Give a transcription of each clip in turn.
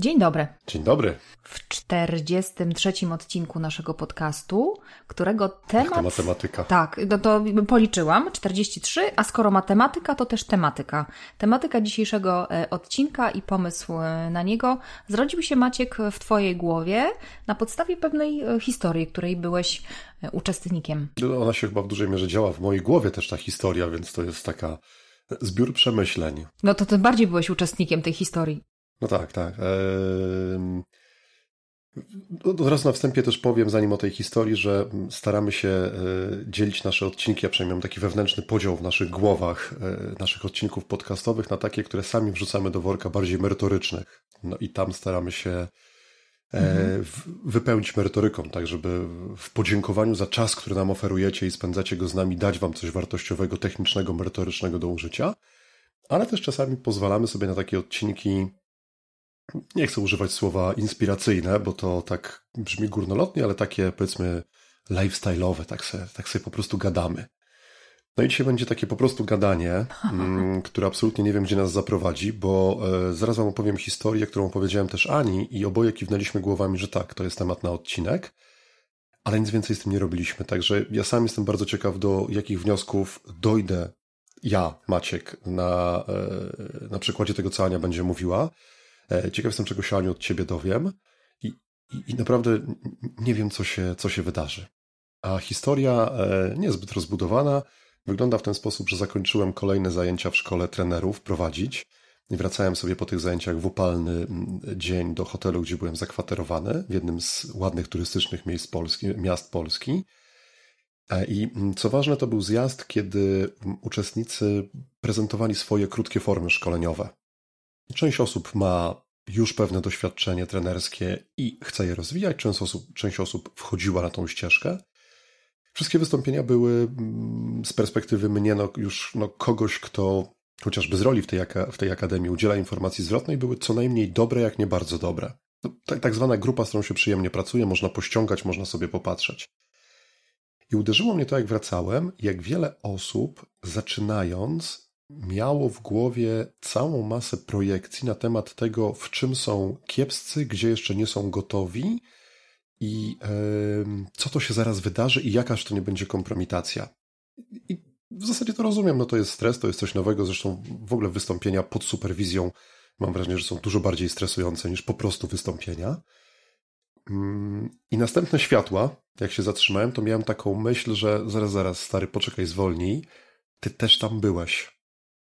Dzień dobry. Dzień dobry. W 43. odcinku naszego podcastu, którego temat... Jak to matematyka. Tak, to policzyłam, 43, a skoro matematyka, to też tematyka. Tematyka dzisiejszego odcinka i pomysł na niego zrodził się, Maciek, w Twojej głowie na podstawie pewnej historii, której byłeś uczestnikiem. Ona się chyba w dużej mierze działa w mojej głowie też, ta historia, więc to jest taka zbiór przemyśleń. No to ty bardziej byłeś uczestnikiem tej historii. No tak. Od razu na wstępie też powiem, zanim o tej historii, że staramy się dzielić nasze odcinki, a przynajmniej mam taki wewnętrzny podział w naszych głowach, naszych odcinków podcastowych na takie, które sami wrzucamy do worka bardziej merytorycznych. No i tam staramy się wypełnić merytoryką, tak żeby w podziękowaniu za czas, który nam oferujecie i spędzacie go z nami, dać wam coś wartościowego, technicznego, merytorycznego do użycia, ale też czasami pozwalamy sobie na takie odcinki, nie chcę używać słowa inspiracyjne, bo to tak brzmi górnolotnie, ale takie, powiedzmy, lifestyle'owe, tak sobie po prostu gadamy. No i dzisiaj będzie takie po prostu gadanie, które absolutnie nie wiem, gdzie nas zaprowadzi, bo zaraz wam opowiem historię, którą opowiedziałem też Ani i oboje kiwnęliśmy głowami, że tak, to jest temat na odcinek, ale nic więcej z tym nie robiliśmy. Także ja sam jestem bardzo ciekaw, do jakich wniosków dojdę ja, Maciek, na przykładzie tego, co Ania będzie mówiła. Ciekaw jestem, czego się, Aniu, od ciebie dowiem i naprawdę nie wiem, co się wydarzy. A historia nie jest zbyt rozbudowana. Wygląda w ten sposób, że zakończyłem kolejne zajęcia w szkole trenerów prowadzić i wracałem sobie po tych zajęciach w upalny dzień do hotelu, gdzie byłem zakwaterowany w jednym z ładnych turystycznych miast Polski. I co ważne, to był zjazd, kiedy uczestnicy prezentowali swoje krótkie formy szkoleniowe. Część osób ma już pewne doświadczenie trenerskie i chce je rozwijać. Część osób wchodziła na tą ścieżkę. Wszystkie wystąpienia były z perspektywy mnie kogoś, kto chociażby z roli w tej akademii udziela informacji zwrotnej, były co najmniej dobre, jak nie bardzo dobre. Tak zwana grupa, z którą się przyjemnie pracuje, można pościągać, można sobie popatrzeć. I uderzyło mnie to, jak wracałem, jak wiele osób, zaczynając, miało w głowie całą masę projekcji na temat tego, w czym są kiepscy, gdzie jeszcze nie są gotowi i co to się zaraz wydarzy i jakaż to nie będzie kompromitacja. I w zasadzie to rozumiem, no to jest stres, to jest coś nowego, zresztą w ogóle wystąpienia pod superwizją mam wrażenie, że są dużo bardziej stresujące niż po prostu wystąpienia. I następne światła, jak się zatrzymałem, to miałem taką myśl, że zaraz, stary, poczekaj, zwolnij, ty też tam byłeś.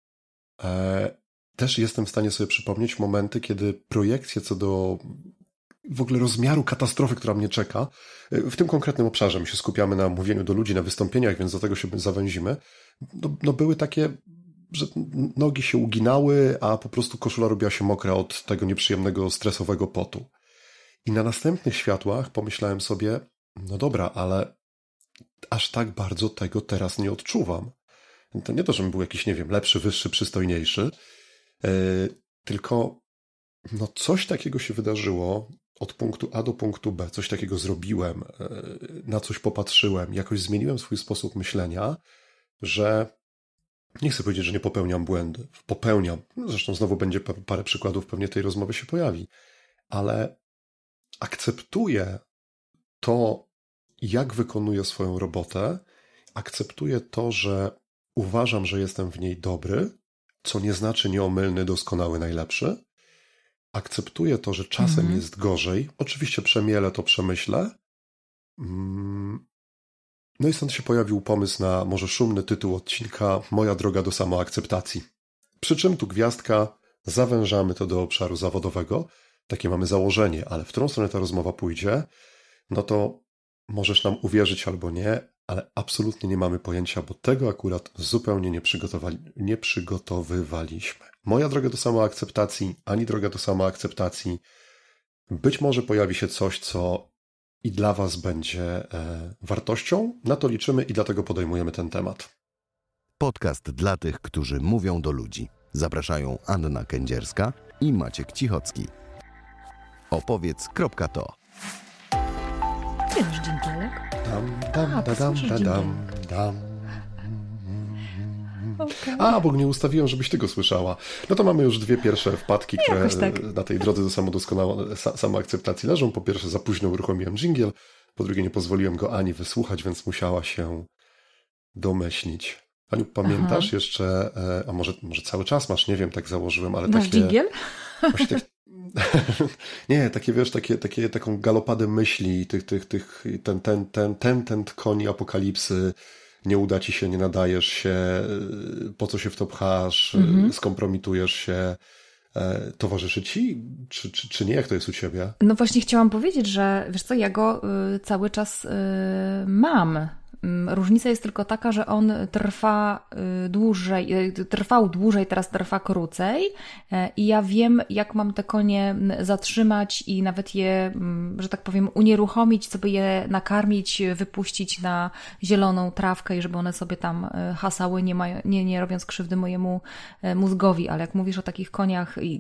Też jestem w stanie sobie przypomnieć momenty, kiedy projekcje co do w ogóle rozmiaru katastrofy, która mnie czeka, w tym konkretnym obszarze, my się skupiamy na mówieniu do ludzi, na wystąpieniach, więc do tego się zawęzimy, no były takie, że nogi się uginały, a po prostu koszula robiła się mokra od tego nieprzyjemnego, stresowego potu. I na następnych światłach pomyślałem sobie, no dobra, ale aż tak bardzo tego teraz nie odczuwam. To nie to, żebym był jakiś, nie wiem, lepszy, wyższy, przystojniejszy, tylko no coś takiego się wydarzyło od punktu A do punktu B, coś takiego zrobiłem, na coś popatrzyłem, jakoś zmieniłem swój sposób myślenia, że nie chcę powiedzieć, że nie popełniam błędy. Popełniam. Zresztą znowu będzie parę przykładów, pewnie tej rozmowy się pojawi, ale akceptuję to, jak wykonuję swoją robotę, akceptuję to, że uważam, że jestem w niej dobry, co nie znaczy nieomylny, doskonały, najlepszy. Akceptuję to, że czasem jest gorzej. Oczywiście przemielę to, przemyślę. No i stąd się pojawił pomysł na może szumny tytuł odcinka Moja droga do samoakceptacji. Przy czym tu gwiazdka, zawężamy to do obszaru zawodowego. Takie mamy założenie, ale w którą stronę ta rozmowa pójdzie, no to możesz nam uwierzyć albo nie, ale absolutnie nie mamy pojęcia, bo tego akurat zupełnie nie przygotowywaliśmy. Moja droga do samoakceptacji, ani droga do samoakceptacji. Być może pojawi się coś, co i dla was będzie wartością. Na to liczymy i dlatego podejmujemy ten temat. Podcast dla tych, którzy mówią do ludzi. Zapraszają Anna Kędzierska i Maciek Cichocki. Opowiedz.to. Ty już dżingielek? Dam. Okay. Bo nie ustawiłem, żebyś ty go słyszała. No to mamy już 2 pierwsze wpadki, które tak na tej drodze do samoakceptacji leżą. Po pierwsze, za późno uruchomiłem dżingiel. Po drugie, nie pozwoliłem go Ani wysłuchać, więc musiała się domyślić. Aniu, pamiętasz jeszcze, a może cały czas masz, nie wiem, tak założyłem, ale masz takie... dżingiel? Nie, takie wiesz, taką galopadę myśli, ten koni apokalipsy, nie uda ci się, nie nadajesz się, po co się w to pchasz, skompromitujesz się, towarzyszy ci, czy nie? Jak to jest u ciebie? No właśnie chciałam powiedzieć, że wiesz co, ja go cały czas mam. Różnica jest tylko taka, że on trwał dłużej, teraz trwa krócej i ja wiem, jak mam te konie zatrzymać i nawet je, że tak powiem, unieruchomić, sobie je nakarmić, wypuścić na zieloną trawkę i żeby one sobie tam hasały, nie robiąc krzywdy mojemu mózgowi. Ale jak mówisz o takich koniach i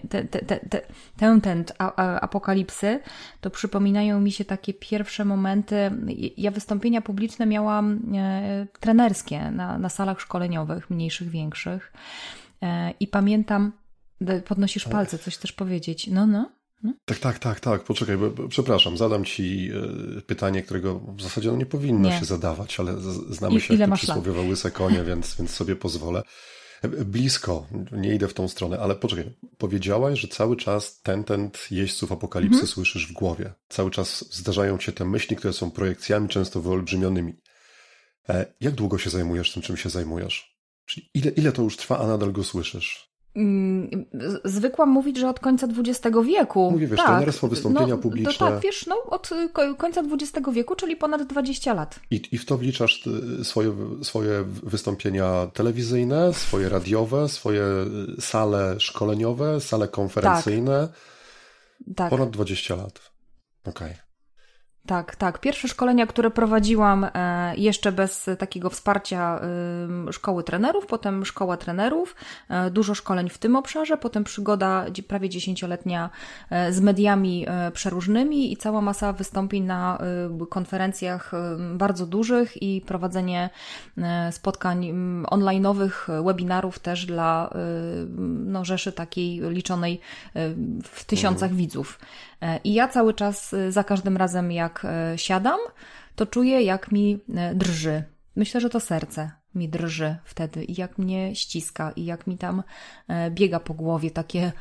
apokalipsy, to przypominają mi się takie pierwsze momenty. Ja wystąpienia publiczne miałam trenerskie na salach szkoleniowych, mniejszych, większych. I pamiętam, podnosisz palce, coś chcesz powiedzieć. No. Tak. Poczekaj, przepraszam, zadam ci pytanie, którego w zasadzie nie powinno się zadawać, ale znamy się jak przysłowiowe łyse konie, więc sobie pozwolę. Blisko, nie idę w tą stronę, ale poczekaj, powiedziałaś, że cały czas ten jeźdźców apokalipsy słyszysz w głowie. Cały czas zdarzają cię te myśli, które są projekcjami często wyolbrzymionymi. Jak długo się zajmujesz tym, czym się zajmujesz? Czyli ile to już trwa, a nadal go słyszysz? Zwykłam mówić, że od końca XX wieku. Mówię, wiesz, trenerstwo, wystąpienia publiczne. To tak, wiesz, od końca XX wieku, czyli ponad 20 lat. I w to wliczasz swoje wystąpienia telewizyjne, swoje radiowe, swoje sale szkoleniowe, sale konferencyjne. Tak. Ponad 20 lat. Okej. Tak. Pierwsze szkolenia, które prowadziłam jeszcze bez takiego wsparcia szkoły trenerów, potem szkoła trenerów, dużo szkoleń w tym obszarze, potem przygoda prawie 10-letnia z mediami przeróżnymi i cała masa wystąpień na konferencjach bardzo dużych i prowadzenie spotkań online'owych, webinarów też dla rzeszy takiej liczonej w tysiącach widzów. I ja cały czas, za każdym razem jak siadam, to czuję, jak mi drży. Myślę, że to serce mi drży wtedy i jak mnie ściska i jak mi tam biega po głowie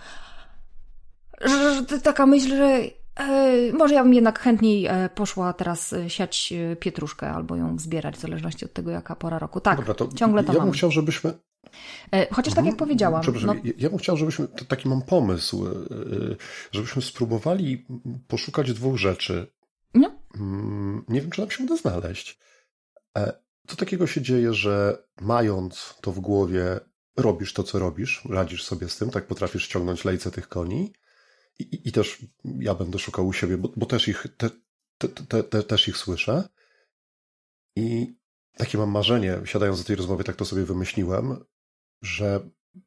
taka myśl, że może ja bym jednak chętniej poszła teraz siać pietruszkę albo ją zbierać, w zależności od tego, jaka pora roku. Tak, dobra, ciągle to ja mam. Bym chciał, żebyśmy... Chociaż tak jak powiedziałam. Ja bym chciał, żebyśmy, taki mam pomysł, żebyśmy spróbowali poszukać 2 rzeczy. No. Nie wiem, czy nam się uda znaleźć. Co takiego się dzieje, że mając to w głowie, robisz to, co robisz, radzisz sobie z tym, tak potrafisz ściągnąć lejce tych koni i też ja będę szukał u siebie, bo też ich słyszę. I takie mam marzenie, siadając do tej rozmowy, tak to sobie wymyśliłem, że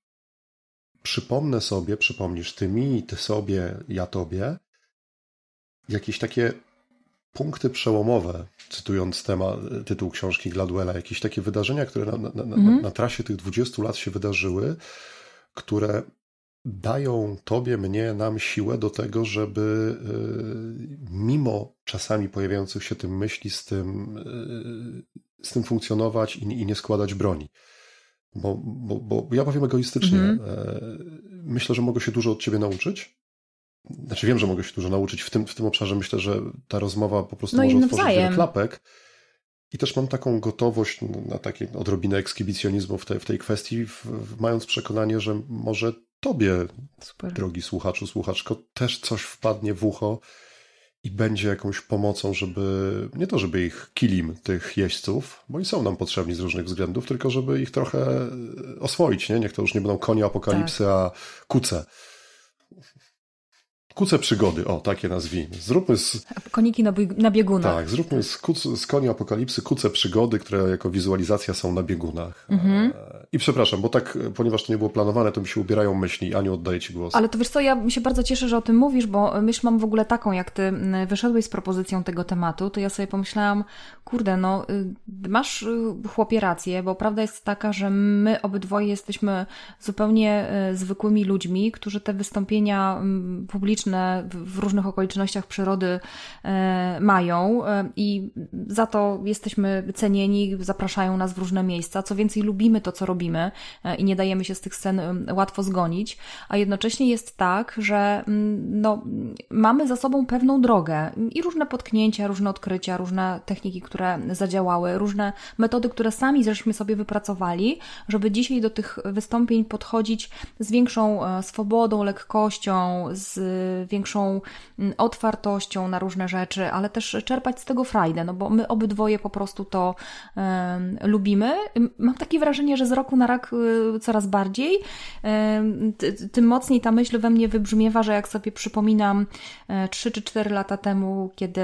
przypomnisz ty mi, ty sobie, ja tobie, jakieś takie punkty przełomowe, cytując tytuł książki Gladwella, jakieś takie wydarzenia, które na trasie tych 20 lat się wydarzyły, które dają tobie, mnie, nam siłę do tego, żeby mimo czasami pojawiających się tym myśli z tym funkcjonować i nie składać broni. Bo ja powiem egoistycznie, myślę, że mogę się dużo od ciebie nauczyć. Znaczy wiem, że mogę się dużo nauczyć w tym obszarze. Myślę, że ta rozmowa po prostu może otworzyć wiele klapek. I też mam taką gotowość na takie odrobinę ekshibicjonizmu w tej kwestii, mając przekonanie, że może tobie, drogi słuchaczu, słuchaczko, też coś wpadnie w ucho i będzie jakąś pomocą, żeby ich kilim, tych jeźdźców, bo i są nam potrzebni z różnych względów, tylko żeby ich trochę oswoić, nie? Niech to już nie będą konie apokalipsy, a kuce. Kuce przygody, tak je nazwijmy. Zróbmy koniki na biegunach. Tak, zróbmy z koni apokalipsy kuce przygody, które jako wizualizacja są na biegunach. I przepraszam, bo tak, ponieważ to nie było planowane, to mi się ubierają myśli. Aniu, oddaję Ci głos. Ale to wiesz co, ja się bardzo cieszę, że o tym mówisz, bo myśl mam w ogóle taką, jak Ty wyszedłeś z propozycją tego tematu, to ja sobie pomyślałam, kurde, masz chłopie rację, bo prawda jest taka, że my obydwoje jesteśmy zupełnie zwykłymi ludźmi, którzy te wystąpienia publiczne w różnych okolicznościach przyrody mają i za to jesteśmy cenieni, zapraszają nas w różne miejsca. Co więcej, lubimy to, co robimy i nie dajemy się z tych scen łatwo zgonić, a jednocześnie jest tak, że mamy za sobą pewną drogę i różne potknięcia, różne odkrycia, różne techniki, które zadziałały, różne metody, które sami żeśmy sobie wypracowali, żeby dzisiaj do tych wystąpień podchodzić z większą swobodą, lekkością, z większą otwartością na różne rzeczy, ale też czerpać z tego frajdę, bo my obydwoje po prostu to lubimy. Mam takie wrażenie, że z roku na rok coraz bardziej, tym mocniej ta myśl we mnie wybrzmiewa, że jak sobie przypominam 3 czy 4 lata temu, kiedy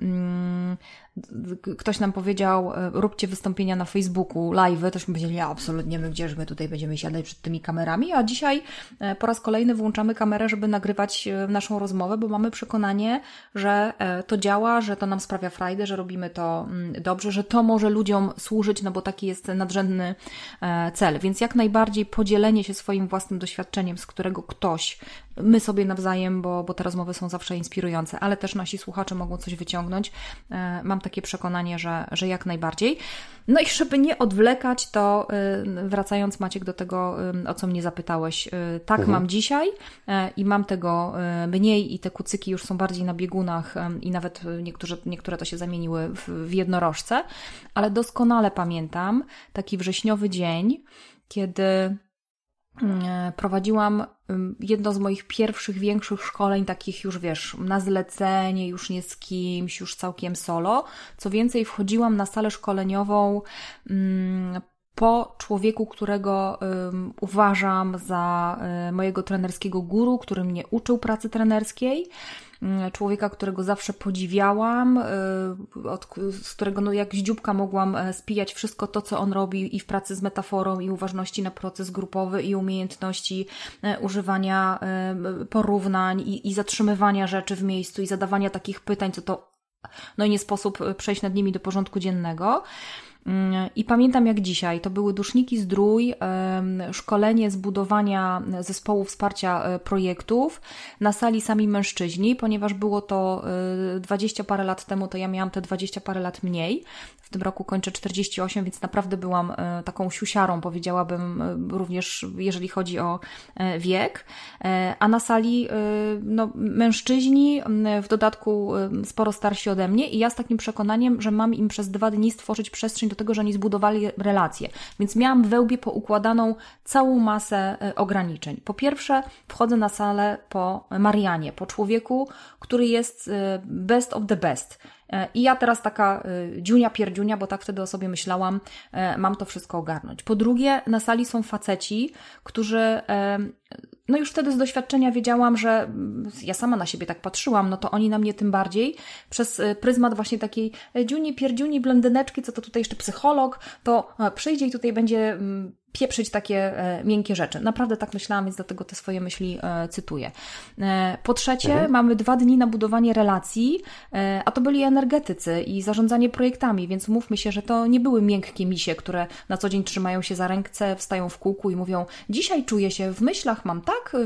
ktoś nam powiedział, róbcie wystąpienia na Facebooku, live'y, tośmy powiedzieli, absolutnie my gdzież my tutaj będziemy siadać przed tymi kamerami, a dzisiaj po raz kolejny włączamy kamerę, żeby nagrywać naszą rozmowę, bo mamy przekonanie, że to działa, że to nam sprawia frajdę, że robimy to dobrze, że to może ludziom służyć, bo taki jest nadrzędny cel. Więc jak najbardziej podzielenie się swoim własnym doświadczeniem, z którego ktoś, my sobie nawzajem, bo te rozmowy są zawsze inspirujące, ale też nasi słuchacze mogą coś wyciągnąć. Mam takie przekonanie, że jak najbardziej. No i żeby nie odwlekać, to wracając, Maciek, do tego, o co mnie zapytałeś. Tak, mam dzisiaj i mam tego mniej i te kucyki już są bardziej na biegunach i nawet niektóre to się zamieniły w jednorożce, ale doskonale pamiętam taki wrześniowy dzień, kiedy prowadziłam jedno z moich pierwszych, większych szkoleń, takich już na zlecenie, już nie z kimś, już całkiem solo. Co więcej, wchodziłam na salę szkoleniową po człowieku, którego uważam za mojego trenerskiego guru, który mnie uczył pracy trenerskiej. Człowieka, którego zawsze podziwiałam, z którego jak z dzióbka mogłam spijać wszystko to, co on robi i w pracy z metaforą, i uważności na proces grupowy, i umiejętności używania porównań, i zatrzymywania rzeczy w miejscu, i zadawania takich pytań, i nie sposób przejść nad nimi do porządku dziennego. I pamiętam jak dzisiaj, to były Duszniki Zdrój, szkolenie z budowania zespołu wsparcia projektów na sali sami mężczyźni, ponieważ było to 20 parę lat temu, to ja miałam te 20 parę lat mniej. W tym roku kończę 48, więc naprawdę byłam taką siusiarą, powiedziałabym, również jeżeli chodzi o wiek. A na sali mężczyźni, w dodatku sporo starsi ode mnie, i ja z takim przekonaniem, że mam im przez 2 dni stworzyć przestrzeń do tego, że oni zbudowali relacje. Więc miałam w łbie poukładaną całą masę ograniczeń. Po pierwsze, wchodzę na salę po Marianie, po człowieku, który jest best of the best. I ja teraz taka dziunia pierdziunia, bo tak wtedy o sobie myślałam, mam to wszystko ogarnąć. Po drugie, na sali są faceci, którzy, już wtedy z doświadczenia wiedziałam, że ja sama na siebie tak patrzyłam, to oni na mnie tym bardziej, przez pryzmat właśnie takiej dziuni, pierdziuni, blondyneczki, co to tutaj jeszcze psycholog, to przyjdzie i tutaj będzie pieprzyć takie miękkie rzeczy. Naprawdę tak myślałam, więc dlatego te swoje myśli cytuję. Po trzecie, mamy 2 dni na budowanie relacji, a to byli energetycy i zarządzanie projektami, więc mówmy się, że to nie były miękkie misie, które na co dzień trzymają się za ręce, wstają w kółku i mówią, dzisiaj czuję się, w myślach mam tak,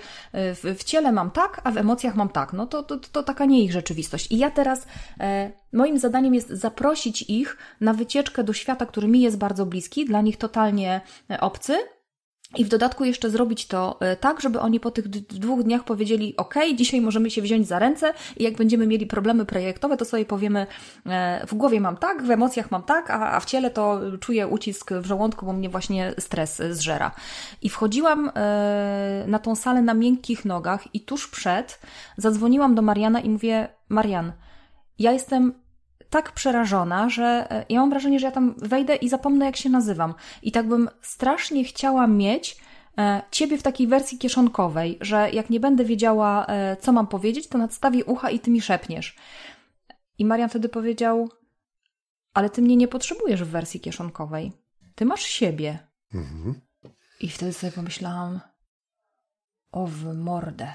w ciele mam tak, a w emocjach mam tak. To taka nie ich rzeczywistość. I ja teraz moim zadaniem jest zaprosić ich na wycieczkę do świata, który mi jest bardzo bliski, dla nich totalnie obcy, i w dodatku jeszcze zrobić to tak, żeby oni po tych 2 dniach powiedzieli, dzisiaj możemy się wziąć za ręce i jak będziemy mieli problemy projektowe, to sobie powiemy, w głowie mam tak, w emocjach mam tak, a w ciele to czuję ucisk w żołądku, bo mnie właśnie stres zżera. I wchodziłam na tą salę na miękkich nogach i tuż przed zadzwoniłam do Mariana i mówię, Marian, ja jestem tak przerażona, że ja mam wrażenie, że ja tam wejdę i zapomnę, jak się nazywam. I tak bym strasznie chciała mieć ciebie w takiej wersji kieszonkowej, że jak nie będę wiedziała, co mam powiedzieć, to nadstawię ucha i ty mi szepniesz. I Marian wtedy powiedział, ale ty mnie nie potrzebujesz w wersji kieszonkowej. Ty masz siebie. Mhm. I wtedy sobie pomyślałam, o w mordę.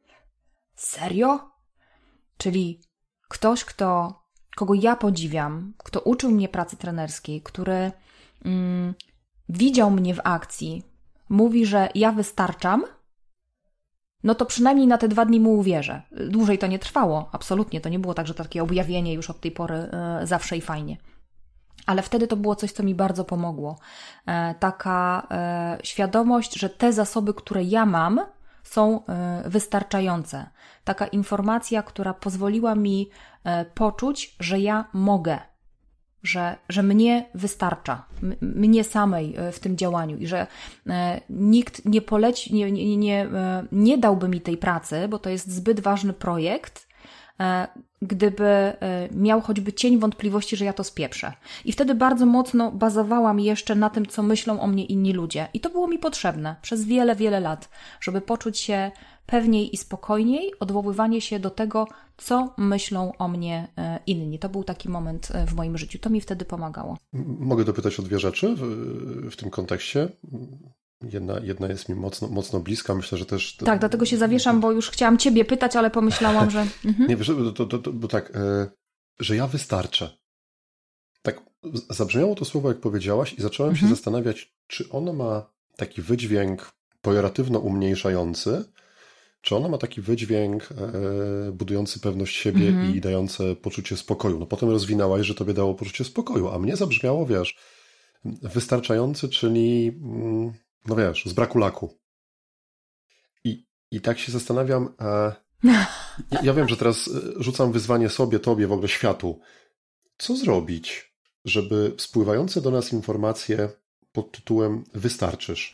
Serio? Czyli ktoś, kogo ja podziwiam, kto uczył mnie pracy trenerskiej, który widział mnie w akcji, mówi, że ja wystarczam, no to przynajmniej na te 2 dni mu uwierzę. Dłużej to nie trwało, absolutnie. To nie było tak, że takie objawienie już od tej pory zawsze i fajnie. Ale wtedy to było coś, co mi bardzo pomogło. Taka świadomość, że te zasoby, które ja mam, są wystarczające. Taka informacja, która pozwoliła mi poczuć, że ja mogę, że mnie wystarcza, mnie samej w tym działaniu i że nikt nie poleci, nie dałby mi tej pracy, bo to jest zbyt ważny projekt, gdyby miał choćby cień wątpliwości, że ja to spieprzę. I wtedy bardzo mocno bazowałam jeszcze na tym, co myślą o mnie inni ludzie. I to było mi potrzebne przez wiele, wiele lat, żeby poczuć się pewniej i spokojniej, odwoływanie się do tego, co myślą o mnie inni. To był taki moment w moim życiu. To mi wtedy pomagało. Mogę dopytać o 2 rzeczy w tym kontekście. Jedna jest mi mocno bliska, myślę, że też... Tak, dlatego się zawieszam, bo już chciałam ciebie pytać, ale pomyślałam, że... Nie, wiesz, bo tak, że ja wystarczę. Tak zabrzmiało to słowo, jak powiedziałaś i zacząłem się zastanawiać, czy ono ma taki wydźwięk pejoratywno umniejszający, czy ono ma taki wydźwięk budujący pewność siebie i dające poczucie spokoju. No potem rozwinęłaś, że tobie dało poczucie spokoju, a mnie zabrzmiało, wiesz, wystarczający, czyli... No wiesz, z braku laku. I tak się zastanawiam, ja wiem, że teraz rzucam wyzwanie sobie, tobie, w ogóle światu. Co zrobić, żeby spływające do nas informacje pod tytułem wystarczysz,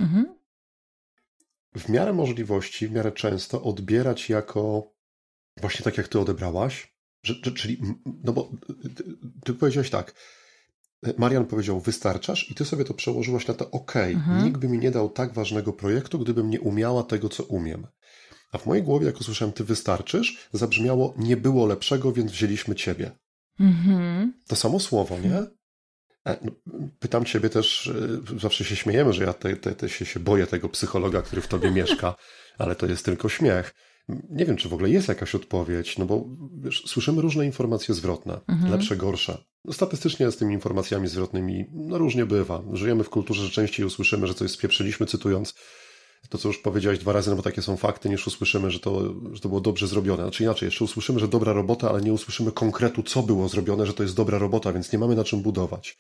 w miarę możliwości, w miarę często odbierać jako właśnie tak, jak ty odebrałaś? Czyli, no bo ty powiedziałeś tak, Marian powiedział, wystarczasz i ty sobie to przełożyłaś na to, nikt by mi nie dał tak ważnego projektu, gdybym nie umiała tego, co umiem. A w mojej głowie, jak usłyszałem, ty wystarczysz, zabrzmiało, nie było lepszego, więc wzięliśmy ciebie. To samo słowo, nie? Pytam ciebie też, zawsze się śmiejemy, że ja się boję tego psychologa, który w tobie mieszka, ale to jest tylko śmiech. Nie wiem, czy w ogóle jest jakaś odpowiedź, no bo wiesz, słyszymy różne informacje zwrotne, lepsze, gorsze. No, statystycznie z tymi informacjami zwrotnymi no, różnie bywa. Żyjemy w kulturze, że częściej usłyszymy, że coś spieprzyliśmy, cytując to, co już powiedziałeś 2 razy, no bo takie są fakty, niż usłyszymy, że to było dobrze zrobione. Znaczy inaczej, jeszcze usłyszymy, że dobra robota, ale nie usłyszymy konkretu, co było zrobione, że to jest dobra robota, więc nie mamy na czym budować.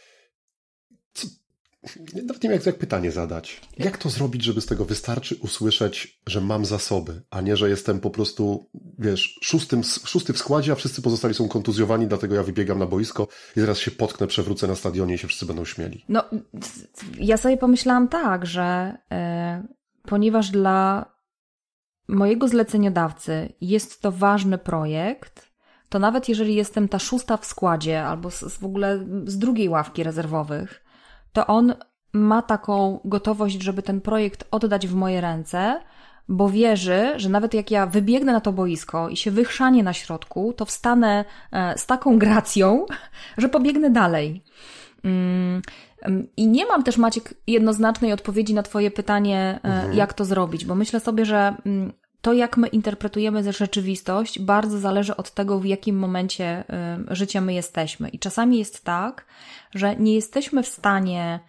Nawet nie wiem, jak pytanie zadać. Jak to zrobić, żeby z tego wystarczy usłyszeć, że mam zasoby, a nie, że jestem po prostu, wiesz, szósty w składzie, a wszyscy pozostali są kontuzjowani, dlatego ja wybiegam na boisko i zaraz się potknę, przewrócę na stadionie i się wszyscy będą śmieli. No, ja sobie pomyślałam tak, że ponieważ dla mojego zleceniodawcy jest to ważny projekt, to nawet jeżeli jestem ta 6. w składzie albo w ogóle z 2. ławki rezerwowych, to on ma taką gotowość, żeby ten projekt oddać w moje ręce, bo wierzy, że nawet jak ja wybiegnę na to boisko i się wychrzanię na środku, to wstanę z taką gracją, że pobiegnę dalej. I nie mam też, Maciek, jednoznacznej odpowiedzi na twoje pytanie, jak to zrobić, bo myślę sobie, że to, jak my interpretujemy rzeczywistość, bardzo zależy od tego, w jakim momencie życia my jesteśmy. I czasami jest tak, że nie jesteśmy w stanie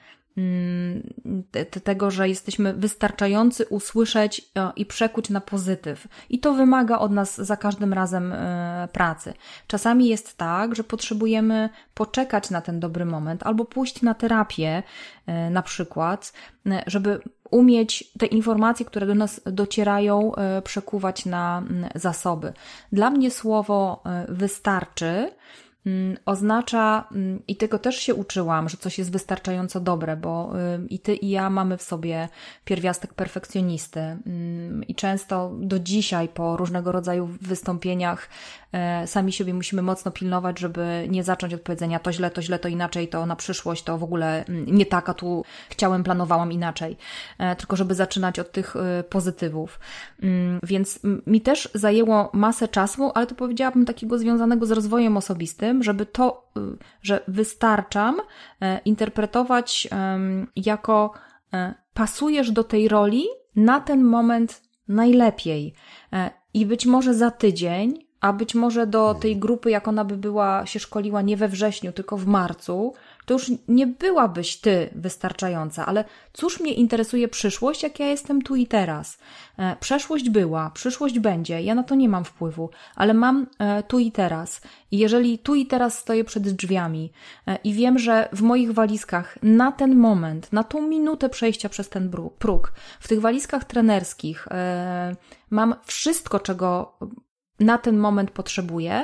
tego, że jesteśmy wystarczający usłyszeć i przekuć na pozytyw. I to wymaga od nas za każdym razem pracy. Czasami jest tak, że potrzebujemy poczekać na ten dobry moment albo pójść na terapię na przykład, żeby umieć te informacje, które do nas docierają, przekuwać na zasoby. Dla mnie słowo wystarczy oznacza, i tego też się uczyłam, że coś jest wystarczająco dobre, bo i ty, i ja mamy w sobie pierwiastek perfekcjonisty i często do dzisiaj po różnego rodzaju wystąpieniach sami siebie musimy mocno pilnować, żeby nie zacząć od powiedzenia to źle, to inaczej, to na przyszłość, to w ogóle nie tak, a tu chciałem, planowałam inaczej, tylko żeby zaczynać od tych pozytywów. Więc mi też zajęło masę czasu, ale to powiedziałabym takiego związanego z rozwojem osobistym, żeby to, że wystarczam, interpretować jako pasujesz do tej roli na ten moment najlepiej. I być może za tydzień, a być może do tej grupy, jak ona by była, się szkoliła nie we wrześniu, tylko w marcu, to już nie byłabyś ty wystarczająca, ale cóż mnie interesuje przyszłość, jak ja jestem tu i teraz. Przeszłość była, przyszłość będzie, ja na to nie mam wpływu, ale mam tu i teraz. I jeżeli tu i teraz stoję przed drzwiami i wiem, że w moich walizkach na ten moment, na tą minutę przejścia przez ten próg, w tych walizkach trenerskich mam wszystko, czego na ten moment potrzebuję,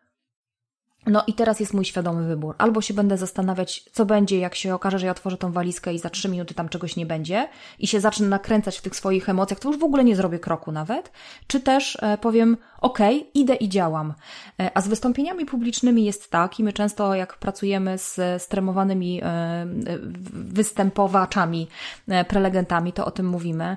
no i teraz jest mój świadomy wybór. Albo się będę zastanawiać, co będzie, jak się okaże, że ja otworzę tą walizkę i za 3 minuty tam czegoś nie będzie i się zacznę nakręcać w tych swoich emocjach, to już w ogóle nie zrobię kroku nawet. Czy też powiem, okej, idę i działam. A z wystąpieniami publicznymi jest tak i my często jak pracujemy z stremowanymi występowaczami, prelegentami, to o tym mówimy.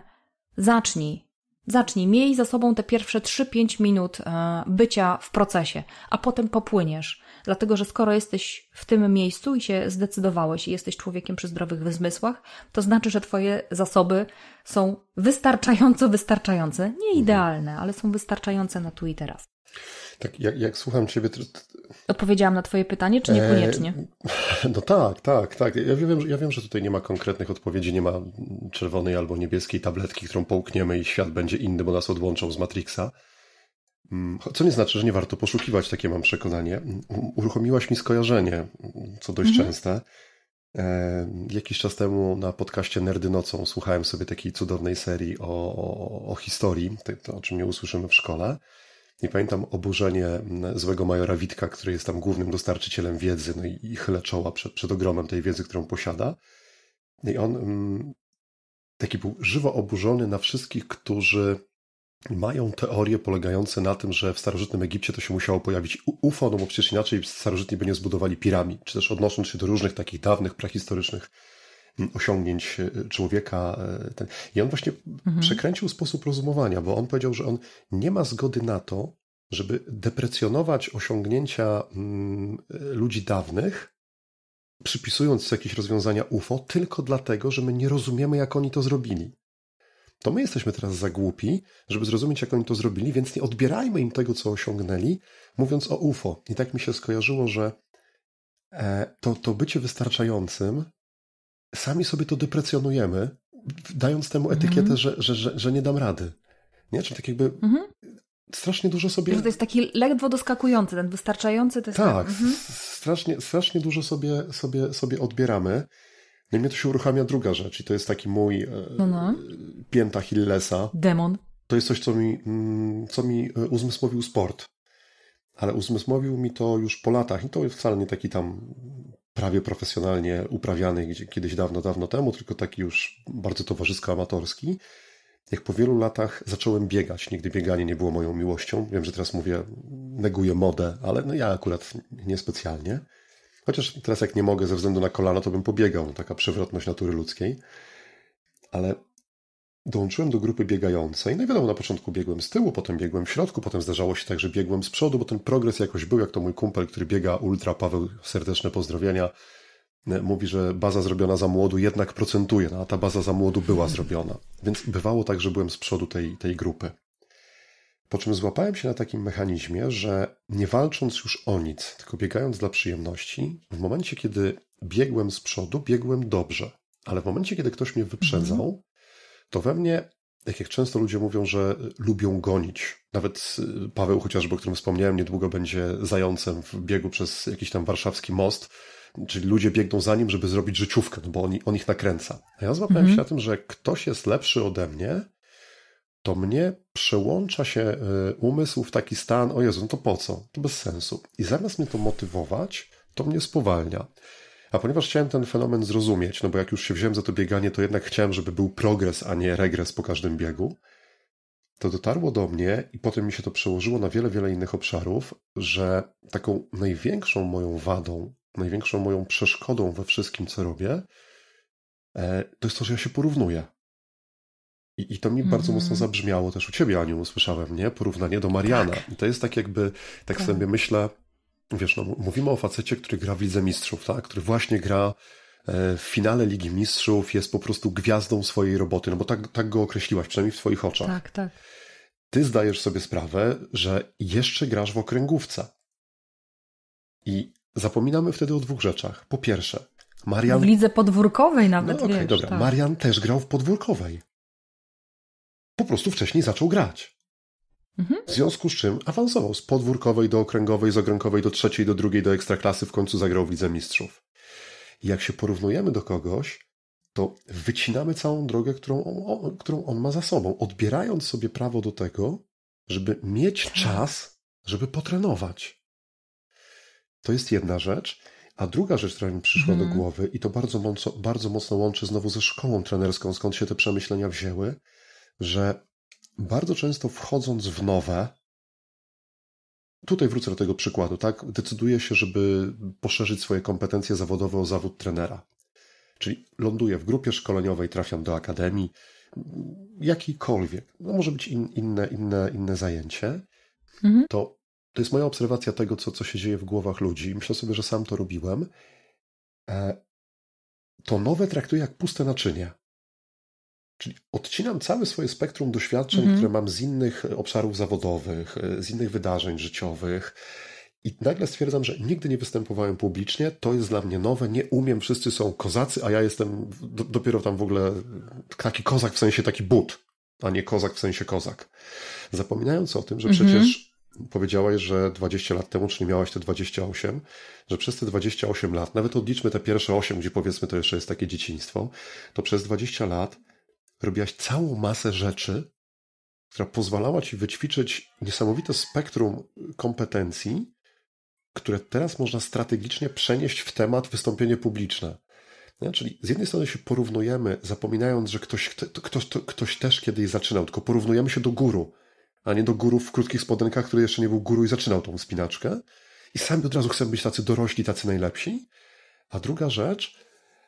Zacznij, miej za sobą te pierwsze 3-5 minut bycia w procesie, a potem popłyniesz. Dlatego, że skoro jesteś w tym miejscu i się zdecydowałeś i jesteś człowiekiem przy zdrowych zmysłach, to znaczy, że twoje zasoby są wystarczające. Nie idealne, ale są wystarczające na tu i teraz. Tak, jak słucham ciebie... Odpowiedziałam na twoje pytanie, czy niekoniecznie? No tak. Ja wiem, że tutaj nie ma konkretnych odpowiedzi, nie ma czerwonej albo niebieskiej tabletki, którą połkniemy i świat będzie inny, bo nas odłączą z Matrixa. Co nie znaczy, że nie warto poszukiwać, takie mam przekonanie. Uruchomiłaś mi skojarzenie, co dość częste. Jakiś czas temu na podcaście Nerdy Nocą słuchałem sobie takiej cudownej serii o historii, to o czym nie usłyszymy w szkole. I pamiętam oburzenie złego majora Witka, który jest tam głównym dostarczycielem wiedzy, no i chylę czoła przed ogromem tej wiedzy, którą posiada. I on taki był żywo oburzony na wszystkich, którzy mają teorie polegające na tym, że w starożytnym Egipcie to się musiało pojawić UFO, no bo przecież inaczej starożytni by nie zbudowali piramid, czy też odnosząc się do różnych takich dawnych, prehistorycznych osiągnięć człowieka. I on właśnie przekręcił sposób rozumowania, bo on powiedział, że on nie ma zgody na to, żeby deprecjonować osiągnięcia ludzi dawnych, przypisując jakieś rozwiązania UFO, tylko dlatego, że my nie rozumiemy, jak oni to zrobili. To my jesteśmy teraz za głupi, żeby zrozumieć, jak oni to zrobili, więc nie odbierajmy im tego, co osiągnęli, mówiąc o UFO. I tak mi się skojarzyło, że to bycie wystarczającym sami sobie to deprecjonujemy, dając temu etykietę, że nie dam rady. Nie? Czyli tak jakby strasznie dużo sobie... To jest taki ledwo doskakujący, ten wystarczający. To jest tak, strasznie dużo sobie odbieramy. No i mnie to się uruchamia druga rzecz i to jest taki mój pięta Achillesa. Demon. To jest coś, co mi uzmysłowił sport. Ale uzmysłowił mi to już po latach i to wcale nie taki tam prawie profesjonalnie uprawiany kiedyś dawno temu, tylko taki już bardzo towarzysko-amatorski. Jak po wielu latach zacząłem biegać. Nigdy bieganie nie było moją miłością. Wiem, że teraz neguję modę, ale no ja akurat niespecjalnie. Chociaż teraz jak nie mogę ze względu na kolano, to bym pobiegał. Taka przewrotność natury ludzkiej. Ale dołączyłem do grupy biegającej. No i wiadomo, na początku biegłem z tyłu, potem biegłem w środku, potem zdarzało się tak, że biegłem z przodu, bo ten progres jakoś był, jak to mój kumpel, który biega ultra, Paweł, serdeczne pozdrowienia, mówi, że baza zrobiona za młodu jednak procentuje, no a ta baza za młodu była zrobiona. Więc bywało tak, że byłem z przodu tej grupy. Po czym złapałem się na takim mechanizmie, że nie walcząc już o nic, tylko biegając dla przyjemności, w momencie, kiedy biegłem z przodu, biegłem dobrze. Ale w momencie, kiedy ktoś mnie wyprzedzał, to we mnie, tak jak często ludzie mówią, że lubią gonić. Nawet Paweł chociażby, o którym wspomniałem, niedługo będzie zającem w biegu przez jakiś tam warszawski most. Czyli ludzie biegną za nim, żeby zrobić życiówkę, no bo on ich nakręca. A ja złapałem się na tym, że ktoś jest lepszy ode mnie, to mnie przełącza się umysł w taki stan, o Jezu, no to po co? To bez sensu. I zamiast mnie to motywować, to mnie spowalnia. A ponieważ chciałem ten fenomen zrozumieć, no bo jak już się wziąłem za to bieganie, to jednak chciałem, żeby był progres, a nie regres po każdym biegu, to dotarło do mnie i potem mi się to przełożyło na wiele, wiele innych obszarów, że taką największą moją wadą, największą moją przeszkodą we wszystkim, co robię, to jest to, że ja się porównuję. I to mi bardzo mocno zabrzmiało też u ciebie, Aniu, usłyszałem, nie? Porównanie do Mariana. I to jest tak jakby, tak sobie myślę, wiesz, no, mówimy o facecie, który gra w Lidze Mistrzów, tak? Który właśnie gra w finale Ligi Mistrzów, jest po prostu gwiazdą swojej roboty, no bo tak go określiłaś, przynajmniej w twoich oczach. Tak, tak. Ty zdajesz sobie sprawę, że jeszcze grasz w okręgówce. I zapominamy wtedy o dwóch rzeczach. Po pierwsze, Marian... W lidze podwórkowej nawet, no, wiesz. Dobra. Tak. Marian też grał w podwórkowej. Po prostu wcześniej zaczął grać. W związku z czym awansował z podwórkowej do okręgowej, z okręgowej do trzeciej, do drugiej, do ekstraklasy, w końcu zagrał w Lidze Mistrzów. I jak się porównujemy do kogoś, to wycinamy całą drogę, którą on ma za sobą, odbierając sobie prawo do tego, żeby mieć czas, żeby potrenować. To jest jedna rzecz. A druga rzecz, która mi przyszła do głowy, i to bardzo mocno łączy znowu ze szkołą trenerską, skąd się te przemyślenia wzięły, że bardzo często wchodząc w nowe, tutaj wrócę do tego przykładu, tak? Decyduję się, żeby poszerzyć swoje kompetencje zawodowe o zawód trenera. Czyli ląduję w grupie szkoleniowej, trafiam do akademii, jakiejkolwiek, no może być inne zajęcie, to jest moja obserwacja tego, co się dzieje w głowach ludzi. Myślę sobie, że sam to robiłem. To nowe traktuję jak puste naczynie. Czyli odcinam całe swoje spektrum doświadczeń, które mam z innych obszarów zawodowych, z innych wydarzeń życiowych i nagle stwierdzam, że nigdy nie występowałem publicznie, to jest dla mnie nowe, nie umiem, wszyscy są kozacy, a ja jestem dopiero tam w ogóle taki kozak w sensie taki but, a nie kozak w sensie kozak. Zapominając o tym, że przecież powiedziałaś, że 20 lat temu, czyli miałaś te 28, że przez te 28 lat, nawet odliczmy te pierwsze 8, gdzie powiedzmy to jeszcze jest takie dzieciństwo, to przez 20 lat robiłaś całą masę rzeczy, która pozwalała ci wyćwiczyć niesamowite spektrum kompetencji, które teraz można strategicznie przenieść w temat wystąpienie publiczne. Nie? Czyli z jednej strony się porównujemy, zapominając, że ktoś też kiedyś zaczynał, tylko porównujemy się do guru, a nie do górów w krótkich spodenkach, który jeszcze nie był guru i zaczynał tą wspinaczkę. I sami od razu chcemy być tacy dorośli, tacy najlepsi. A druga rzecz,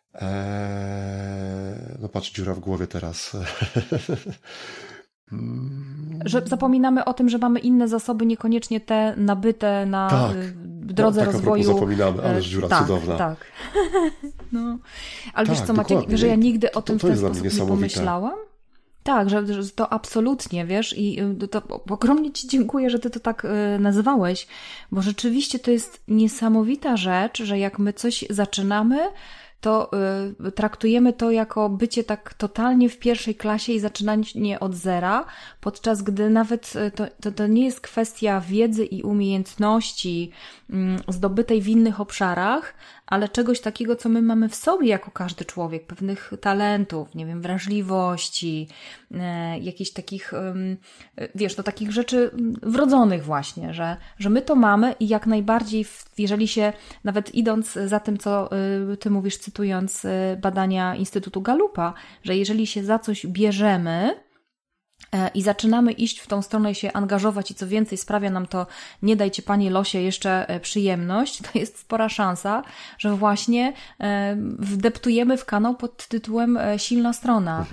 no patrz, dziura w głowie teraz. Że zapominamy o tym, że mamy inne zasoby, niekoniecznie te nabyte na drodze rozwoju. Zapominamy, ależ dziura cudowna. Tak. No. Ale wiesz co, Maciek, że ja nigdy o tym w ten sposób nie pomyślałam? Tak, że to absolutnie, wiesz, i to ogromnie ci dziękuję, że ty to tak nazywałeś, bo rzeczywiście to jest niesamowita rzecz, że jak my coś zaczynamy, to traktujemy to jako bycie tak totalnie w pierwszej klasie i zaczynanie od zera, podczas gdy nawet to nie jest kwestia wiedzy i umiejętności zdobytej w innych obszarach, ale czegoś takiego, co my mamy w sobie jako każdy człowiek, pewnych talentów, nie wiem, wrażliwości, jakichś takich, wiesz, no takich rzeczy wrodzonych właśnie, że my to mamy i jak najbardziej, jeżeli się, nawet idąc za tym, co ty mówisz, cytując badania Instytutu Gallupa, że jeżeli się za coś bierzemy i zaczynamy iść w tą stronę i się angażować i co więcej sprawia nam to, nie dajcie Panie losie, jeszcze przyjemność, to jest spora szansa, że właśnie wdeptujemy w kanał pod tytułem silna strona.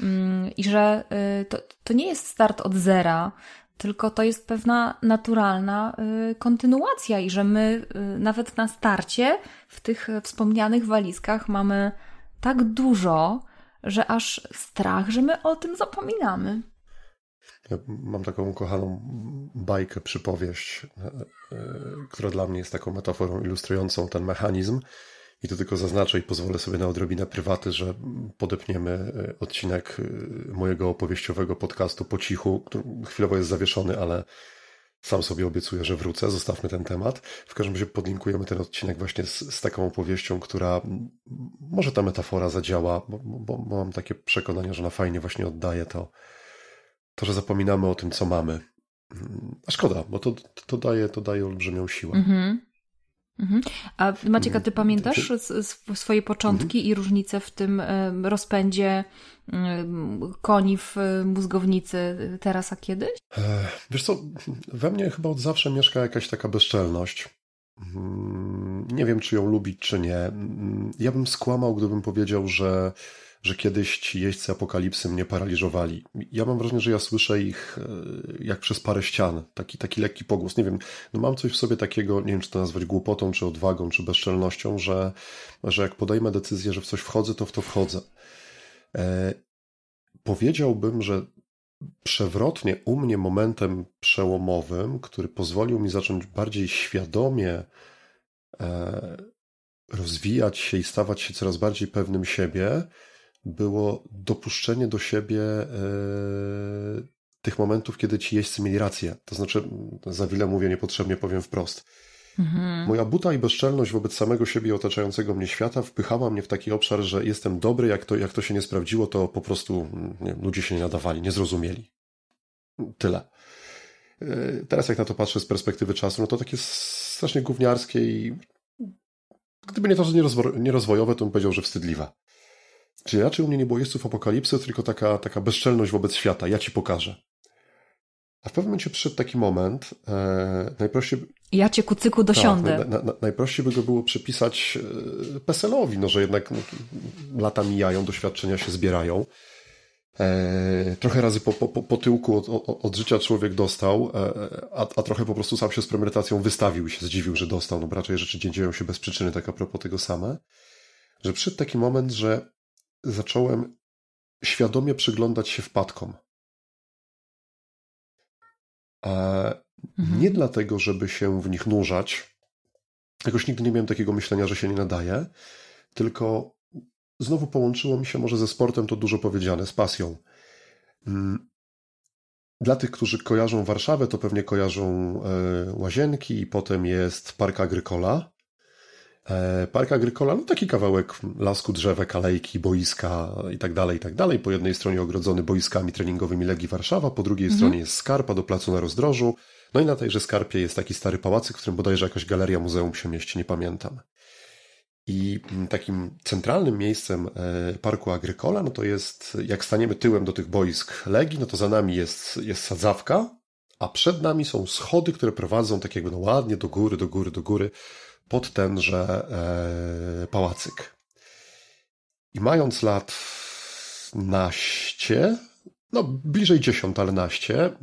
I że to nie jest start od zera, tylko to jest pewna naturalna kontynuacja i że my nawet na starcie w tych wspomnianych walizkach mamy tak dużo, że aż strach, że my o tym zapominamy. Ja mam taką ukochaną bajkę, przypowieść, która dla mnie jest taką metaforą ilustrującą ten mechanizm. I to tylko zaznaczę i pozwolę sobie na odrobinę prywaty, że podepniemy odcinek mojego opowieściowego podcastu po cichu, który chwilowo jest zawieszony, ale sam sobie obiecuję, że wrócę. Zostawmy ten temat. W każdym razie podlinkujemy ten odcinek właśnie z taką opowieścią, która może ta metafora zadziała, bo mam takie przekonanie, że ona fajnie właśnie oddaje to, że zapominamy o tym, co mamy. A szkoda, bo to daje olbrzymią siłę. A Maciek, a ty pamiętasz swoje początki i różnice w tym rozpędzie koni w mózgownicy teraz a kiedyś? Wiesz co, we mnie chyba od zawsze mieszka jakaś taka bezczelność. Nie wiem, czy ją lubić, czy nie. Ja bym skłamał, gdybym powiedział, że kiedyś ci jeźdźcy apokalipsy mnie paraliżowali. Ja mam wrażenie, że ja słyszę ich jak przez parę ścian. Taki lekki pogłos. Nie wiem, no mam coś w sobie takiego, nie wiem, czy to nazwać głupotą, czy odwagą, czy bezczelnością, że jak podejmę decyzję, że w coś wchodzę, to w to wchodzę. Powiedziałbym, że przewrotnie u mnie momentem przełomowym, który pozwolił mi zacząć bardziej świadomie rozwijać się i stawać się coraz bardziej pewnym siebie, było dopuszczenie do siebie tych momentów, kiedy ci jeźdźcy mieli rację. To znaczy, za wiele mówię niepotrzebnie, powiem wprost. Moja buta i bezczelność wobec samego siebie i otaczającego mnie świata wpychała mnie w taki obszar, że jestem dobry, jak to się nie sprawdziło, to po prostu ludzie się nie nadawali, nie zrozumieli. Tyle. Teraz jak na to patrzę z perspektywy czasu, no to takie strasznie gówniarskie i gdyby nie to, że nierozwojowe, to bym powiedział, że wstydliwe. Czyli raczej u mnie nie było jeźdźców apokalipsy, tylko taka bezczelność wobec świata. Ja ci pokażę. A w pewnym momencie przyszedł taki moment, najprościej... Ja cię kucyku dosiądę. Najprościej by go było przypisać PESEL-owi, no, że jednak lata mijają, doświadczenia się zbierają. Trochę razy po tyłku od życia człowiek dostał, a trochę po prostu sam się z premedytacją wystawił i się zdziwił, że dostał. No bo raczej rzeczy nie dzieją się bez przyczyny, tak a propos tego same. Że przyszedł taki moment, że zacząłem świadomie przyglądać się wpadkom. Nie dlatego, żeby się w nich nurzać. Jakoś nigdy nie miałem takiego myślenia, że się nie nadaje, tylko znowu połączyło mi się może ze sportem, to dużo powiedziane, z pasją. Dla tych, którzy kojarzą Warszawę, to pewnie kojarzą Łazienki i potem jest Park Agrykola. Park Agrykola, no taki kawałek lasku, drzewek, alejki, boiska i tak dalej. Po jednej stronie ogrodzony boiskami treningowymi Legii Warszawa, po drugiej stronie jest skarpa do placu na Rozdrożu. No i na tejże skarpie jest taki stary pałacyk, w którym bodajże jakaś galeria, muzeum się mieści, nie pamiętam. I takim centralnym miejscem Parku Agrykola, no to jest, jak staniemy tyłem do tych boisk Legii, no to za nami jest sadzawka, a przed nami są schody, które prowadzą tak jakby no ładnie do góry, pod tenże pałacyk. I mając lat naście, no bliżej 10, ale naście,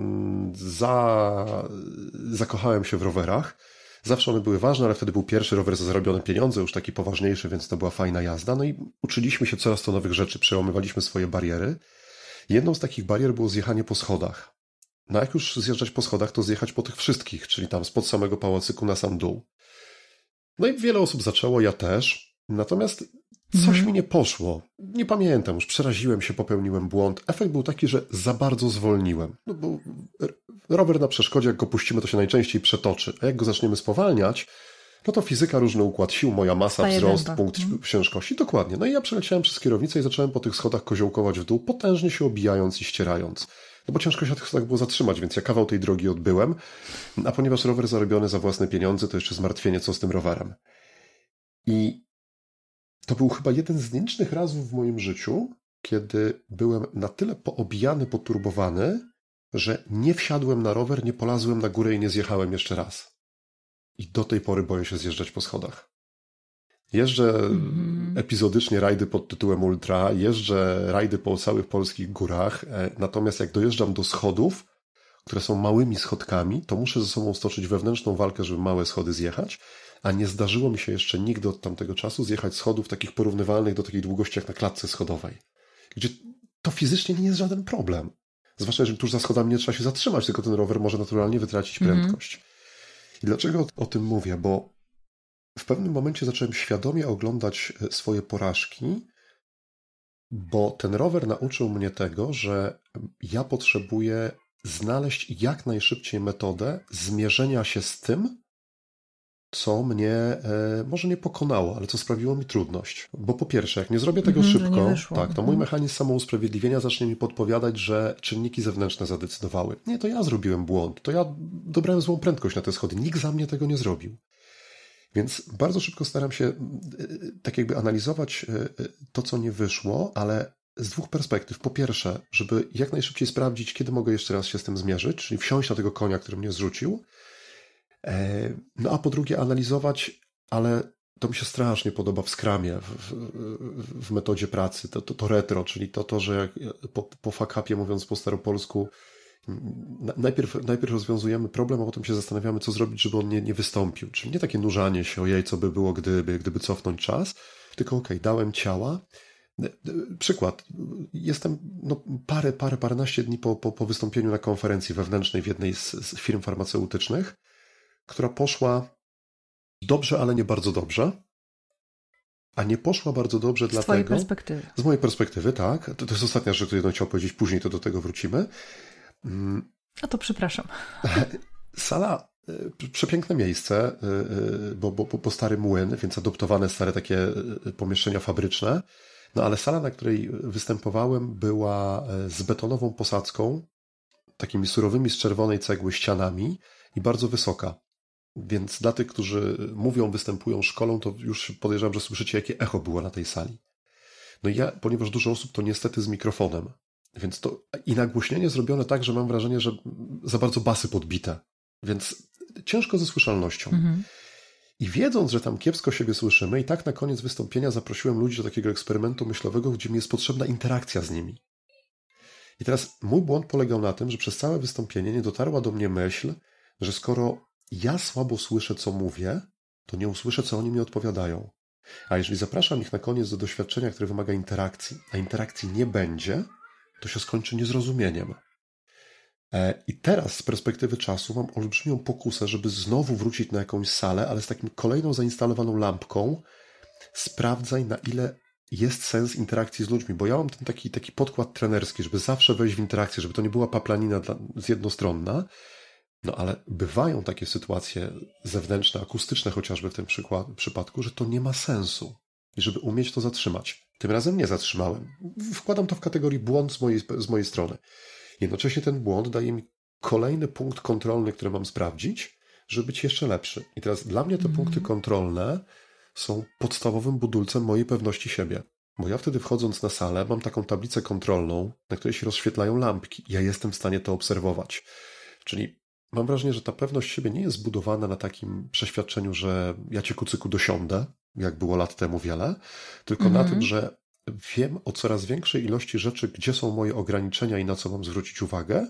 zakochałem się w rowerach. Zawsze one były ważne, ale wtedy był pierwszy rower za zarobione pieniądze, już taki poważniejszy, więc to była fajna jazda. No i uczyliśmy się coraz to nowych rzeczy, przełamywaliśmy swoje bariery. Jedną z takich barier było zjechanie po schodach. No jak już zjeżdżać po schodach, to zjechać po tych wszystkich, czyli tam spod samego pałacyku na sam dół. No i wiele osób zaczęło, ja też. Natomiast coś mi nie poszło. Nie pamiętam, już przeraziłem się, popełniłem błąd. Efekt był taki, że za bardzo zwolniłem. No bo rower na przeszkodzie, jak go puścimy, to się najczęściej przetoczy. A jak go zaczniemy spowalniać, no to fizyka, różny układ sił, moja masa, wzrost, punkt ciężkości. Dokładnie. No i ja przeleciałem przez kierownicę i zacząłem po tych schodach koziołkować w dół, potężnie się obijając i ścierając. No bo ciężko się na tych schodach było zatrzymać, więc ja kawał tej drogi odbyłem. A ponieważ rower zarobiony za własne pieniądze, to jeszcze zmartwienie, co z tym rowerem. I to był chyba jeden z nielicznych razów w moim życiu, kiedy byłem na tyle poobijany, poturbowany, że nie wsiadłem na rower, nie polazłem na górę i nie zjechałem jeszcze raz. I do tej pory boję się zjeżdżać po schodach. Jeżdżę epizodycznie rajdy pod tytułem Ultra, jeżdżę rajdy po całych polskich górach, natomiast jak dojeżdżam do schodów, które są małymi schodkami, to muszę ze sobą stoczyć wewnętrzną walkę, żeby małe schody zjechać, a nie zdarzyło mi się jeszcze nigdy od tamtego czasu zjechać schodów takich porównywalnych do takiej długości jak na klatce schodowej, gdzie to fizycznie nie jest żaden problem. Zwłaszcza, że tuż za schodami nie trzeba się zatrzymać, tylko ten rower może naturalnie wytracić prędkość. I dlaczego o tym mówię? Bo w pewnym momencie zacząłem świadomie oglądać swoje porażki, bo ten rower nauczył mnie tego, że ja potrzebuję znaleźć jak najszybciej metodę zmierzenia się z tym, co mnie może nie pokonało, ale co sprawiło mi trudność. Bo po pierwsze, jak nie zrobię tego szybko, tak, to mój mechanizm samousprawiedliwienia zacznie mi podpowiadać, że czynniki zewnętrzne zadecydowały. Nie, to ja zrobiłem błąd, to ja dobrałem złą prędkość na te schody, nikt za mnie tego nie zrobił. Więc bardzo szybko staram się tak jakby analizować to, co nie wyszło, ale z dwóch perspektyw. Po pierwsze, żeby jak najszybciej sprawdzić, kiedy mogę jeszcze raz się z tym zmierzyć, czyli wsiąść na tego konia, który mnie zrzucił. No a po drugie analizować, ale to mi się strasznie podoba w Scrumie, w metodzie pracy, to retro, czyli to, że jak po fuck-upie, mówiąc po staropolsku, najpierw rozwiązujemy problem, a potem się zastanawiamy, co zrobić, żeby on nie wystąpił. Czyli nie takie nurzanie się, ojej, co by było, gdyby cofnąć czas, tylko dałem ciała. Przykład. Jestem paręnaście dni po wystąpieniu na konferencji wewnętrznej w jednej z firm farmaceutycznych, która poszła dobrze, ale nie bardzo dobrze. A nie poszła bardzo dobrze dlatego... Z twojej perspektywy. Z mojej perspektywy, tak. To jest ostatnia rzecz, którą chciał powiedzieć, później to do tego wrócimy. A to przepraszam. Sala, przepiękne miejsce, bo stary młyn, więc adoptowane stare takie pomieszczenia fabryczne. No ale sala, na której występowałem, była z betonową posadzką, takimi surowymi z czerwonej cegły ścianami i bardzo wysoka. Więc dla tych, którzy mówią, występują, szkolą, to już podejrzewam, że słyszycie, jakie echo było na tej sali. No i ja, ponieważ dużo osób, to niestety z mikrofonem. Więc to i nagłośnienie zrobione tak, że mam wrażenie, że za bardzo basy podbite. Więc ciężko ze słyszalnością. Mhm. I wiedząc, że tam kiepsko siebie słyszymy, i tak na koniec wystąpienia zaprosiłem ludzi do takiego eksperymentu myślowego, gdzie mi jest potrzebna interakcja z nimi. I teraz mój błąd polegał na tym, że przez całe wystąpienie nie dotarła do mnie myśl, że skoro ja słabo słyszę, co mówię, to nie usłyszę, co oni mi odpowiadają. A jeżeli zapraszam ich na koniec do doświadczenia, które wymaga interakcji, a interakcji nie będzie, to się skończy niezrozumieniem. I teraz z perspektywy czasu mam olbrzymią pokusę, żeby znowu wrócić na jakąś salę, ale z taką kolejną zainstalowaną lampką. Sprawdzaj, na ile jest sens interakcji z ludźmi, bo ja mam ten taki podkład trenerski, żeby zawsze wejść w interakcję, żeby to nie była paplanina jednostronna. No ale bywają takie sytuacje zewnętrzne, akustyczne chociażby w tym przypadku, że to nie ma sensu. I żeby umieć to zatrzymać. Tym razem nie zatrzymałem. Wkładam to w kategorię błąd z mojej strony. Jednocześnie ten błąd daje mi kolejny punkt kontrolny, który mam sprawdzić, żeby być jeszcze lepszy. I teraz dla mnie te punkty kontrolne są podstawowym budulcem mojej pewności siebie. Bo ja wtedy wchodząc na salę mam taką tablicę kontrolną, na której się rozświetlają lampki. Ja jestem w stanie to obserwować. Czyli mam wrażenie, że ta pewność siebie nie jest zbudowana na takim przeświadczeniu, że ja cię kucyku dosiądę, jak było lat temu wiele, tylko na tym, że wiem o coraz większej ilości rzeczy, gdzie są moje ograniczenia i na co mam zwrócić uwagę.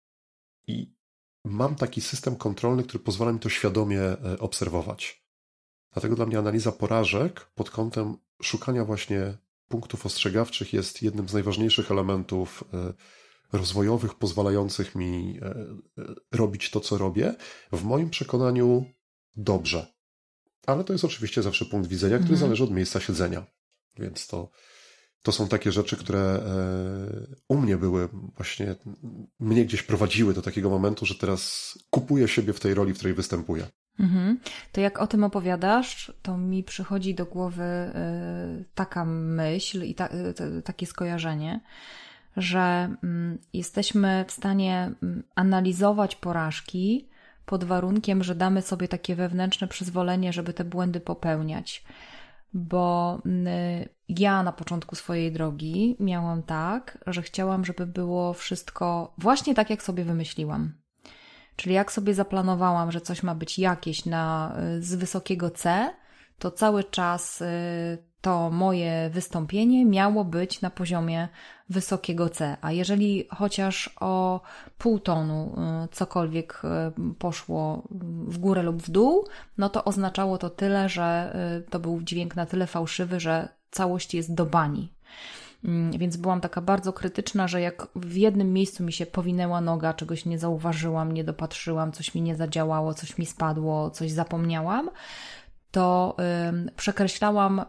I mam taki system kontrolny, który pozwala mi to świadomie obserwować. Dlatego dla mnie analiza porażek pod kątem szukania właśnie punktów ostrzegawczych jest jednym z najważniejszych elementów rozwojowych, pozwalających mi robić to, co robię. W moim przekonaniu dobrze. Ale to jest oczywiście zawsze punkt widzenia, który zależy od miejsca siedzenia. Więc to są takie rzeczy, które u mnie były właśnie, mnie gdzieś prowadziły do takiego momentu, że teraz kupuję siebie w tej roli, w której występuję. To jak o tym opowiadasz, to mi przychodzi do głowy taka myśl i takie skojarzenie, że jesteśmy w stanie analizować porażki pod warunkiem, że damy sobie takie wewnętrzne przyzwolenie, żeby te błędy popełniać. Bo ja na początku swojej drogi miałam tak, że chciałam, żeby było wszystko właśnie tak, jak sobie wymyśliłam. Czyli jak sobie zaplanowałam, że coś ma być jakieś z wysokiego C, to cały czas to moje wystąpienie miało być na poziomie wysokiego C. A jeżeli chociaż o pół tonu cokolwiek poszło w górę lub w dół, no to oznaczało to tyle, że to był dźwięk na tyle fałszywy, że całość jest do bani. Więc byłam taka bardzo krytyczna, że jak w jednym miejscu mi się powinęła noga, czegoś nie zauważyłam, nie dopatrzyłam, coś mi nie zadziałało, coś mi spadło, coś zapomniałam, to przekreślałam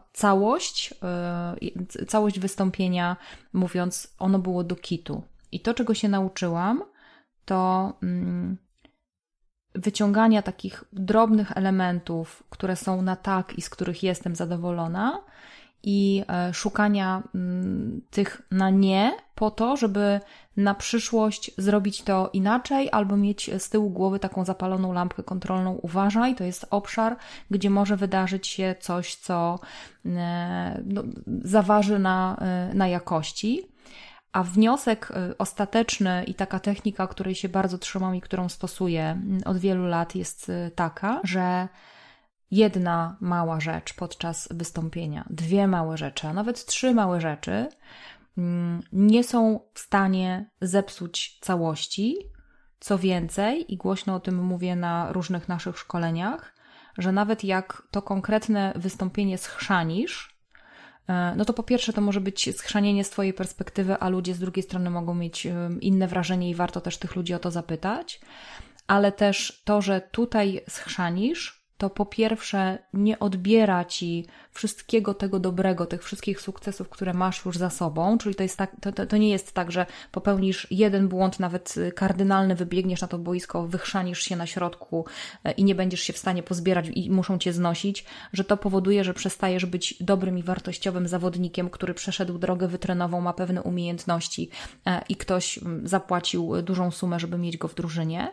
całość wystąpienia, mówiąc, ono było do kitu. I to, czego się nauczyłam, to wyciągania takich drobnych elementów, które są na tak i z których jestem zadowolona, i szukania tych na nie po to, żeby na przyszłość zrobić to inaczej albo mieć z tyłu głowy taką zapaloną lampkę kontrolną. Uważaj, to jest obszar, gdzie może wydarzyć się coś, co zaważy na jakości. A wniosek ostateczny i taka technika, której się bardzo trzymam i którą stosuję od wielu lat, jest taka, że jedna mała rzecz podczas wystąpienia, 2 małe rzeczy, a nawet 3 małe rzeczy nie są w stanie zepsuć całości. Co więcej, i głośno o tym mówię na różnych naszych szkoleniach, że nawet jak to konkretne wystąpienie schrzanisz, no to po pierwsze to może być schrzanienie z Twojej perspektywy, a ludzie z drugiej strony mogą mieć inne wrażenie i warto też tych ludzi o to zapytać, ale też to, że tutaj schrzanisz, to po pierwsze nie odbiera Ci wszystkiego tego dobrego, tych wszystkich sukcesów, które masz już za sobą, czyli to jest tak, to nie jest tak, że popełnisz jeden błąd, nawet kardynalny, wybiegniesz na to boisko, wychrzanisz się na środku i nie będziesz się w stanie pozbierać i muszą Cię znosić, że to powoduje, że przestajesz być dobrym i wartościowym zawodnikiem, który przeszedł drogę wytrenową, ma pewne umiejętności i ktoś zapłacił dużą sumę, żeby mieć go w drużynie.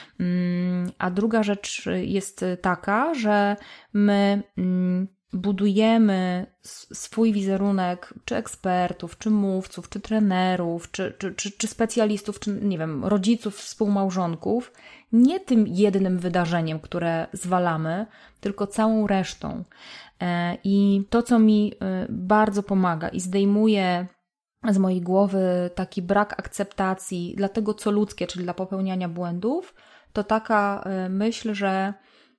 A druga rzecz jest taka, że my budujemy swój wizerunek, czy ekspertów, czy mówców, czy trenerów, czy specjalistów, czy nie wiem, rodziców, współmałżonków, nie tym jednym wydarzeniem, które zwalamy, tylko całą resztą. I to, co mi bardzo pomaga i zdejmuje z mojej głowy taki brak akceptacji dla tego, co ludzkie, czyli dla popełniania błędów, to taka myśl, że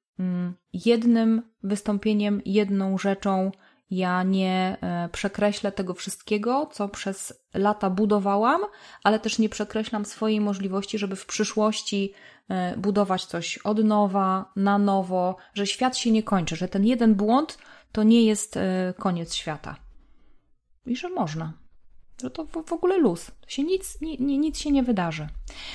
jednym wystąpieniem, jedną rzeczą ja nie przekreślę tego wszystkiego, co przez lata budowałam, ale też nie przekreślam swojej możliwości, żeby w przyszłości budować coś od nowa, na nowo, że świat się nie kończy, że ten jeden błąd to nie jest koniec świata. I że można. Że to w ogóle luz. To się nic się nie wydarzy.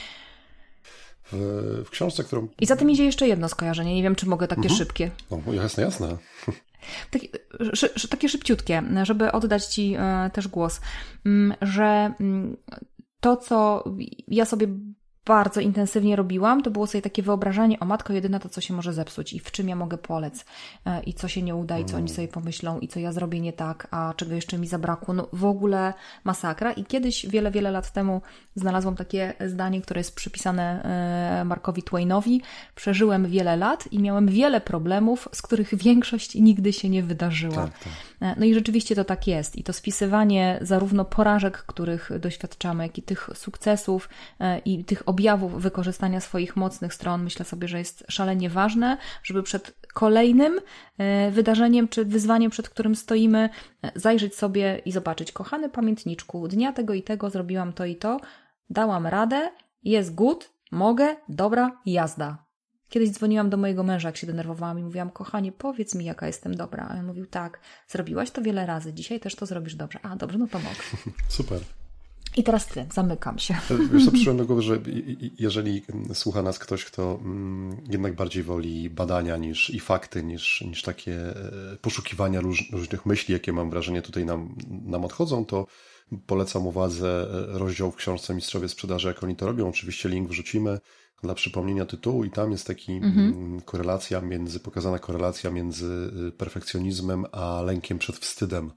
W książce, którą... I za tym idzie jeszcze jedno skojarzenie. Nie wiem, czy mogę takie szybkie. O, jasne. Takie szybciutkie, żeby oddać Ci też głos. Że to, co ja sobie bardzo intensywnie robiłam, to było sobie takie wyobrażanie, o matko jedyna, to co się może zepsuć i w czym ja mogę polec i co się nie uda i co oni sobie pomyślą i co ja zrobię nie tak, a czego jeszcze mi zabrakło. No w ogóle masakra. I kiedyś, wiele lat temu znalazłam takie zdanie, które jest przypisane Markowi Twainowi. Przeżyłem wiele lat i miałem wiele problemów, z których większość nigdy się nie wydarzyła. Tak. No i rzeczywiście to tak jest. I to spisywanie zarówno porażek, których doświadczamy, jak i tych sukcesów i tych objawów wykorzystania swoich mocnych stron, myślę sobie, że jest szalenie ważne, żeby przed kolejnym wydarzeniem czy wyzwaniem, przed którym stoimy, zajrzeć sobie i zobaczyć: kochany pamiętniczku, dnia tego i tego zrobiłam to i to, dałam radę, jest good, mogę, dobra, jazda. Kiedyś dzwoniłam do mojego męża, jak się denerwowałam i mówiłam: kochanie, powiedz mi, jaka jestem dobra. A on mówił: tak, zrobiłaś to wiele razy, dzisiaj też to zrobisz dobrze. A, dobrze, no to mogę. Super. I teraz Ty, zamykam się. Wiesz co, przyszło do głowy, że jeżeli słucha nas ktoś, kto jednak bardziej woli badania i fakty, niż takie poszukiwania różnych myśli, jakie mam wrażenie tutaj nam odchodzą, to polecam uwadze rozdział w książce Mistrzowie Sprzedaży, jak oni to robią. Oczywiście link wrzucimy dla przypomnienia tytułu i tam jest taki pokazana korelacja między perfekcjonizmem a lękiem przed wstydem.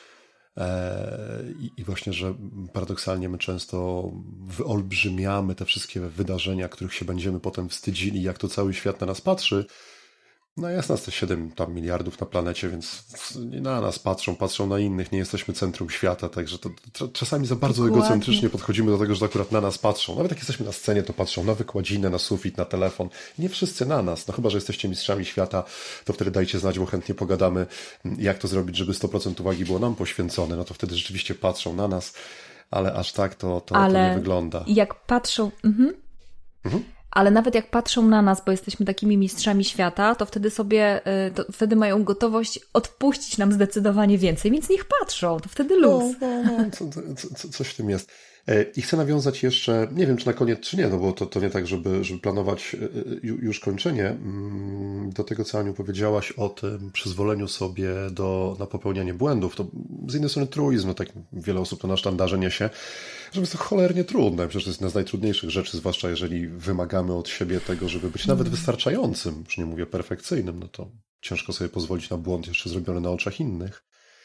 I właśnie, że paradoksalnie my często wyolbrzymiamy te wszystkie wydarzenia, których się będziemy potem wstydzili, jak to cały świat na nas patrzy. No jest nas te 7 miliardów na planecie, więc nie na nas patrzą na innych, nie jesteśmy centrum świata, także to czasami za bardzo egocentrycznie podchodzimy do tego, że to akurat na nas patrzą. Nawet jak jesteśmy na scenie, to patrzą na wykładzinę, na sufit, na telefon. Nie wszyscy na nas, no chyba że jesteście mistrzami świata, to wtedy dajcie znać, bo chętnie pogadamy, jak to zrobić, żeby 100% uwagi było nam poświęcone, no to wtedy rzeczywiście patrzą na nas, ale aż tak to nie wygląda. Jak patrzą... Ale nawet jak patrzą na nas, bo jesteśmy takimi mistrzami świata, to wtedy mają gotowość odpuścić nam zdecydowanie więcej, więc niech patrzą, to wtedy luz. Coś w tym jest. I chcę nawiązać jeszcze, nie wiem czy na koniec, czy nie, no bo to nie tak, żeby planować już kończenie, do tego, co Aniu powiedziałaś o tym przyzwoleniu sobie na popełnianie błędów. To z jednej strony truizm, no tak wiele osób to na sztandarze niesie, że jest to cholernie trudne. Przecież to jest jedna z najtrudniejszych rzeczy, zwłaszcza jeżeli wymagamy od siebie tego, żeby być nawet wystarczającym, już nie mówię perfekcyjnym, no to ciężko sobie pozwolić na błąd jeszcze zrobiony na oczach innych.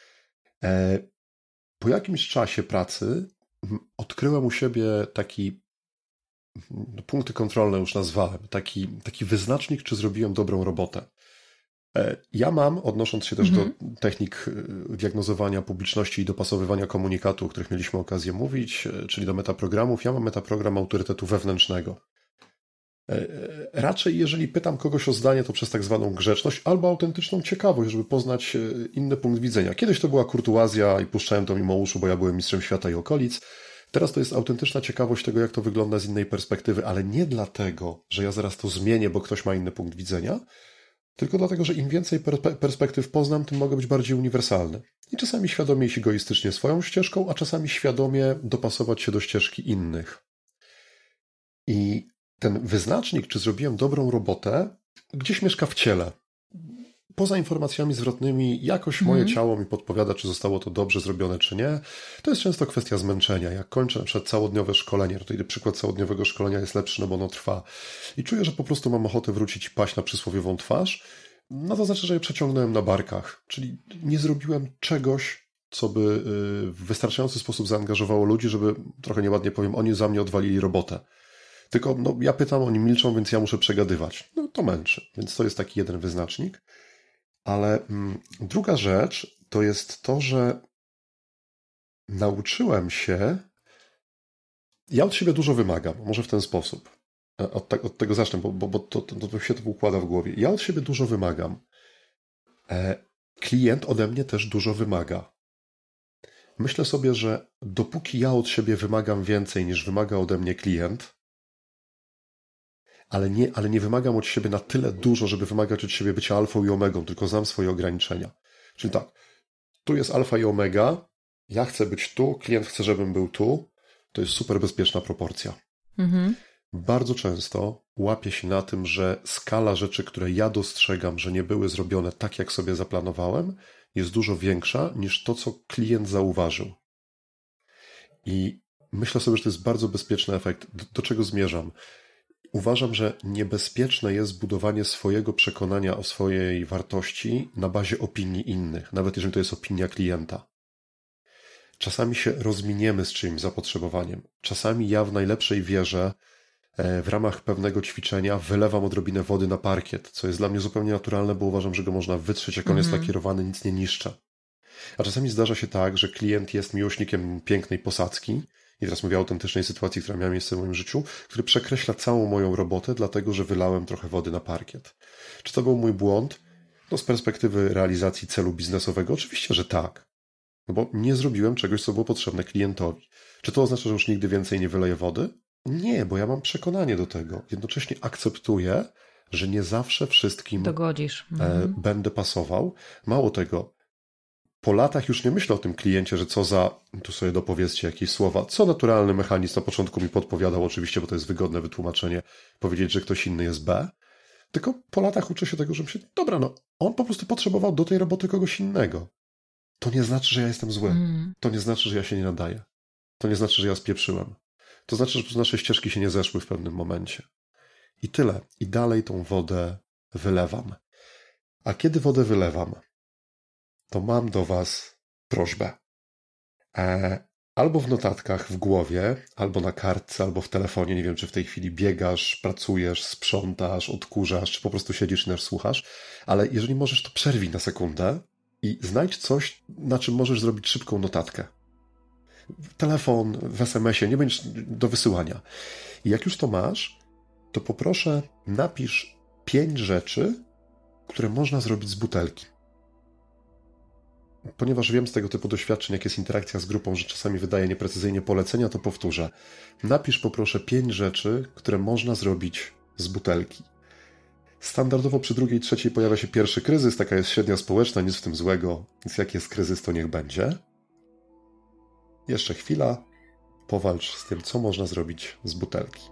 Po jakimś czasie pracy odkryłem u siebie taki, punkty kontrolne już nazwałem, taki wyznacznik, czy zrobiłem dobrą robotę. Ja mam, odnosząc się też do technik diagnozowania publiczności i dopasowywania komunikatu, o których mieliśmy okazję mówić, czyli do metaprogramów, ja mam metaprogram autorytetu wewnętrznego. Raczej, jeżeli pytam kogoś o zdanie, to przez tak zwaną grzeczność albo autentyczną ciekawość, żeby poznać inny punkt widzenia. Kiedyś to była kurtuazja i puszczałem to mimo uszu, bo ja byłem mistrzem świata i okolic. Teraz to jest autentyczna ciekawość tego, jak to wygląda z innej perspektywy, ale nie dlatego, że ja zaraz to zmienię, bo ktoś ma inny punkt widzenia, tylko dlatego, że im więcej perspektyw poznam, tym mogę być bardziej uniwersalny. I czasami świadomie iść egoistycznie swoją ścieżką, a czasami świadomie dopasować się do ścieżki innych. I ten wyznacznik, czy zrobiłem dobrą robotę, gdzieś mieszka w ciele. Poza informacjami zwrotnymi, jakoś moje ciało mi podpowiada, czy zostało to dobrze zrobione, czy nie. To jest często kwestia zmęczenia. Jak kończę na przykład całodniowe szkolenie, tutaj przykład całodniowego szkolenia jest lepszy, no bo ono trwa. I czuję, że po prostu mam ochotę wrócić i paść na przysłowiową twarz, no to znaczy, że je przeciągnąłem na barkach. Czyli nie zrobiłem czegoś, co by w wystarczający sposób zaangażowało ludzi, żeby, trochę nieładnie powiem, oni za mnie odwalili robotę. Tylko ja pytam, oni milczą, więc ja muszę przegadywać. No to męczy. Więc to jest taki jeden wyznacznik. Ale druga rzecz to jest to, że nauczyłem się, ja od siebie dużo wymagam, może w ten sposób. Od tego zacznę, bo to się to układa w głowie. Ja od siebie dużo wymagam. Klient ode mnie też dużo wymaga. Myślę sobie, że dopóki ja od siebie wymagam więcej niż wymaga ode mnie klient, ale nie wymagam od siebie na tyle dużo, żeby wymagać od siebie bycia alfą i omegą, tylko znam swoje ograniczenia. Czyli tak, tu jest alfa i omega, ja chcę być tu, klient chce, żebym był tu, to jest super bezpieczna proporcja. Bardzo często łapię się na tym, że skala rzeczy, które ja dostrzegam, że nie były zrobione tak, jak sobie zaplanowałem, jest dużo większa niż to, co klient zauważył. I myślę sobie, że to jest bardzo bezpieczny efekt. Do czego zmierzam? Uważam, że niebezpieczne jest budowanie swojego przekonania o swojej wartości na bazie opinii innych, nawet jeżeli to jest opinia klienta. Czasami się rozminiemy z czyimś zapotrzebowaniem. Czasami ja w najlepszej wierze w ramach pewnego ćwiczenia wylewam odrobinę wody na parkiet, co jest dla mnie zupełnie naturalne, bo uważam, że go można wytrzeć, jak on jest lakierowany, nic nie niszczy. A czasami zdarza się tak, że klient jest miłośnikiem pięknej posadzki, i teraz mówię o autentycznej sytuacji, która miała miejsce w moim życiu, który przekreśla całą moją robotę, dlatego że wylałem trochę wody na parkiet. Czy to był mój błąd? No z perspektywy realizacji celu biznesowego oczywiście, że tak. No bo nie zrobiłem czegoś, co było potrzebne klientowi. Czy to oznacza, że już nigdy więcej nie wyleję wody? Nie, bo ja mam przekonanie do tego. Jednocześnie akceptuję, że nie zawsze wszystkim dogodzisz. Będę pasował. Mało tego, po latach już nie myślę o tym kliencie, że co za, tu sobie dopowiedzcie jakieś słowa, co naturalny mechanizm na początku mi podpowiadał, oczywiście, bo to jest wygodne wytłumaczenie, powiedzieć, że ktoś inny jest B. Tylko po latach uczę się tego, że myślę, dobra, no, on po prostu potrzebował do tej roboty kogoś innego. To nie znaczy, że ja jestem zły. To nie znaczy, że ja się nie nadaję. To nie znaczy, że ja spieprzyłem. To znaczy, że po prostu nasze ścieżki się nie zeszły w pewnym momencie. I tyle. I dalej tą wodę wylewam. A kiedy wodę wylewam, to mam do was prośbę. Albo w notatkach w głowie, albo na kartce, albo w telefonie, nie wiem, czy w tej chwili biegasz, pracujesz, sprzątasz, odkurzasz, czy po prostu siedzisz i nas słuchasz, ale jeżeli możesz, to przerwij na sekundę i znajdź coś, na czym możesz zrobić szybką notatkę. Telefon, w SMS-ie, nie będziesz do wysyłania. I jak już to masz, to poproszę, napisz 5 rzeczy, które można zrobić z butelki. Ponieważ wiem z tego typu doświadczeń, jak jest interakcja z grupą, że czasami wydaje nieprecyzyjnie polecenia, to powtórzę. Napisz poproszę 5 rzeczy, które można zrobić z butelki. Standardowo przy drugiej, trzeciej pojawia się pierwszy kryzys, taka jest średnia społeczna, nic w tym złego, więc jak jest kryzys, to niech będzie. Jeszcze chwila. powalcz z tym, co można zrobić z butelki.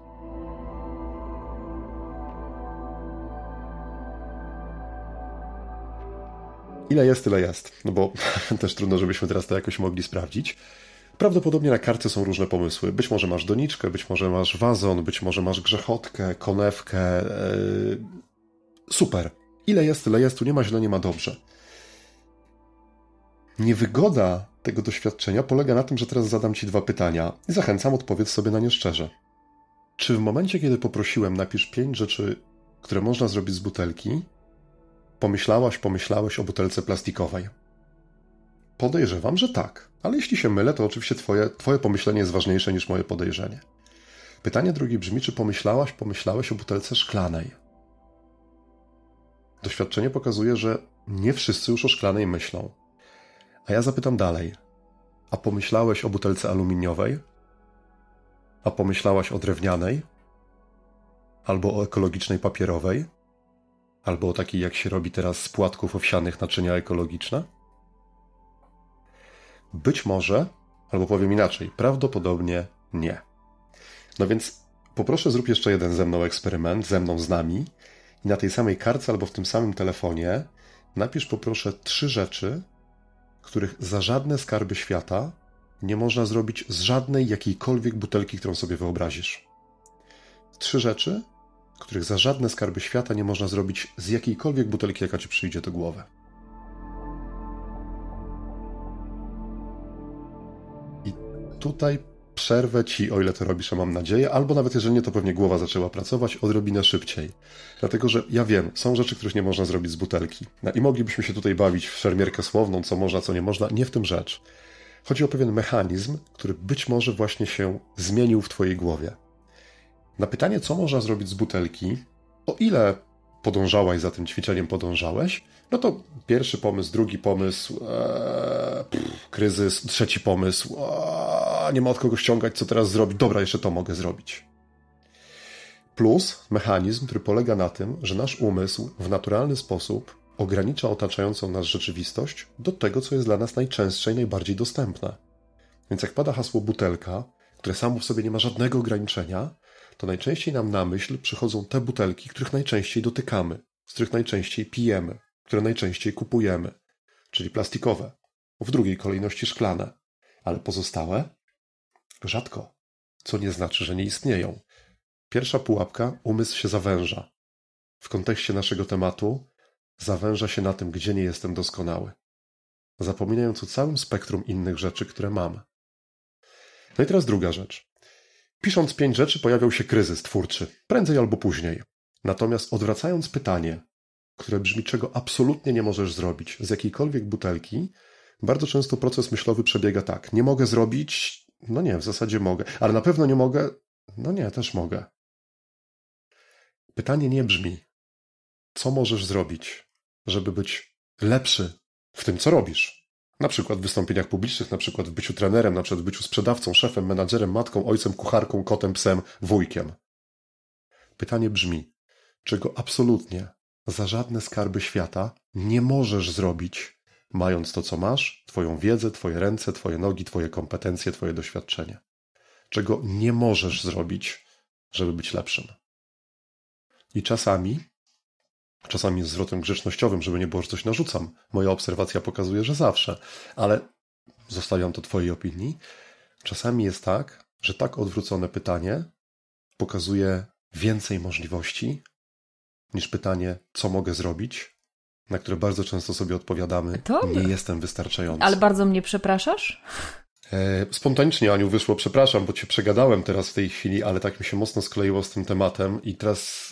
Ile jest, tyle jest. No bo też trudno, żebyśmy teraz to jakoś mogli sprawdzić. Prawdopodobnie na kartce są różne pomysły. Być może masz doniczkę, być może masz wazon, być może masz grzechotkę, konewkę. Super. Ile jest, tyle jest. Tu nie ma źle, nie ma dobrze. Niewygoda tego doświadczenia polega na tym, że teraz zadam Ci 2 pytania i zachęcam, odpowiedz sobie na nie szczerze. Czy w momencie, kiedy poprosiłem, napisz 5 rzeczy, które można zrobić z butelki, pomyślałeś o butelce plastikowej? Podejrzewam, że tak. Ale jeśli się mylę, to oczywiście twoje pomyślenie jest ważniejsze niż moje podejrzenie. Pytanie drugie brzmi, czy pomyślałeś o butelce szklanej? Doświadczenie pokazuje, że nie wszyscy już o szklanej myślą. A ja zapytam dalej. A pomyślałeś o butelce aluminiowej? A pomyślałaś o drewnianej? Albo o ekologicznej papierowej? Albo o takiej, jak się robi teraz z płatków owsianych, naczynia ekologiczne? Być może, albo powiem inaczej, prawdopodobnie nie. No więc poproszę, zrób jeszcze jeden ze mną eksperyment, z nami, i na tej samej kartce albo w tym samym telefonie napisz, poproszę, 3 rzeczy, których za żadne skarby świata nie można zrobić z żadnej jakiejkolwiek butelki, którą sobie wyobrazisz. 3 rzeczy, których za żadne skarby świata nie można zrobić z jakiejkolwiek butelki, jaka Ci przyjdzie do głowy. I tutaj przerwę Ci, o ile to robisz, a mam nadzieję, albo nawet jeżeli nie, to pewnie głowa zaczęła pracować odrobinę szybciej. Dlatego, że ja wiem, są rzeczy, których nie można zrobić z butelki. I moglibyśmy się tutaj bawić w szermierkę słowną, co można, co nie można. Nie w tym rzecz. Chodzi o pewien mechanizm, który być może właśnie się zmienił w Twojej głowie. Na pytanie, co można zrobić z butelki, o ile podążałaś za tym ćwiczeniem, no to pierwszy pomysł, drugi pomysł, kryzys, trzeci pomysł, nie ma od kogo ściągać, co teraz zrobić, dobra, jeszcze to mogę zrobić. Plus mechanizm, który polega na tym, że nasz umysł w naturalny sposób ogranicza otaczającą nas rzeczywistość do tego, co jest dla nas najczęstsze i najbardziej dostępne. Więc jak pada hasło butelka, które samo w sobie nie ma żadnego ograniczenia, to najczęściej nam na myśl przychodzą te butelki, których najczęściej dotykamy, z których najczęściej pijemy, które najczęściej kupujemy, czyli plastikowe, w drugiej kolejności szklane, ale pozostałe rzadko, co nie znaczy, że nie istnieją. Pierwsza pułapka, umysł się zawęża. W kontekście naszego tematu zawęża się na tym, gdzie nie jestem doskonały, zapominając o całym spektrum innych rzeczy, które mam. No i teraz druga rzecz. Pisząc 5 rzeczy, pojawiał się kryzys twórczy, prędzej albo później. Natomiast odwracając pytanie, które brzmi, czego absolutnie nie możesz zrobić z jakiejkolwiek butelki, bardzo często proces myślowy przebiega tak. Nie mogę zrobić? No nie, w zasadzie mogę. Ale na pewno nie mogę? No nie, też mogę. Pytanie nie brzmi, co możesz zrobić, żeby być lepszy w tym, co robisz. Na przykład w wystąpieniach publicznych, na przykład w byciu trenerem, na przykład w byciu sprzedawcą, szefem, menadżerem, matką, ojcem, kucharką, kotem, psem, wujkiem. Pytanie brzmi, czego absolutnie za żadne skarby świata nie możesz zrobić, mając to, co masz, Twoją wiedzę, Twoje ręce, Twoje nogi, Twoje kompetencje, Twoje doświadczenie. Czego nie możesz zrobić, żeby być lepszym. I czasami jest zwrotem grzecznościowym, żeby nie było, że coś narzucam. Moja obserwacja pokazuje, że zawsze, ale zostawiam to Twojej opinii. Czasami jest tak, że tak odwrócone pytanie pokazuje więcej możliwości niż pytanie, co mogę zrobić, na które bardzo często sobie odpowiadamy, nie jestem wystarczający. Ale bardzo mnie przepraszasz? Spontanicznie, Aniu, wyszło, przepraszam, bo Cię przegadałem teraz w tej chwili, ale tak mi się mocno skleiło z tym tematem i teraz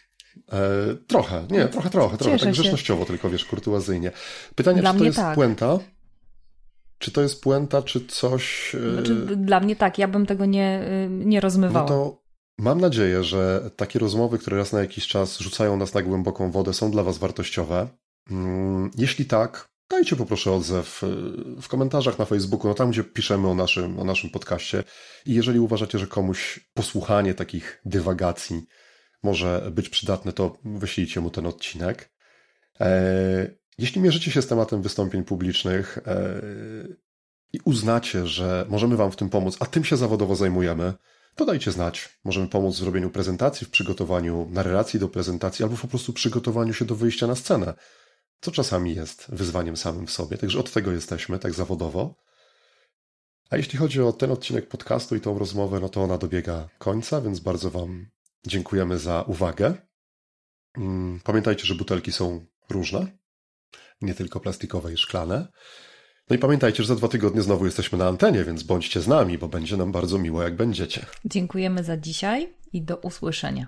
trochę, tak grzecznościowo, tylko wiesz, kurtuazyjnie. Pytanie, czy to jest puenta? Czy to jest puenta, czy coś... Znaczy, dla mnie tak, ja bym tego nie rozmywała. No to mam nadzieję, że takie rozmowy, które raz na jakiś czas rzucają nas na głęboką wodę, są dla Was wartościowe. Jeśli tak, dajcie poproszę odzew w komentarzach na Facebooku, no tam, gdzie piszemy o naszym podcaście. I jeżeli uważacie, że komuś posłuchanie takich dywagacji może być przydatne, to wyślijcie mu ten odcinek. Jeśli mierzycie się z tematem wystąpień publicznych i uznacie, że możemy wam w tym pomóc, a tym się zawodowo zajmujemy, to dajcie znać. Możemy pomóc w zrobieniu prezentacji, w przygotowaniu narracji do prezentacji albo po prostu przygotowaniu się do wyjścia na scenę, co czasami jest wyzwaniem samym w sobie. Także od tego jesteśmy, tak zawodowo. A jeśli chodzi o ten odcinek podcastu i tą rozmowę, no to ona dobiega końca, więc bardzo wam dziękujemy za uwagę. Pamiętajcie, że butelki są różne, nie tylko plastikowe i szklane. No i pamiętajcie, że za 2 tygodnie znowu jesteśmy na antenie, więc bądźcie z nami, bo będzie nam bardzo miło, jak będziecie. Dziękujemy za dzisiaj i do usłyszenia.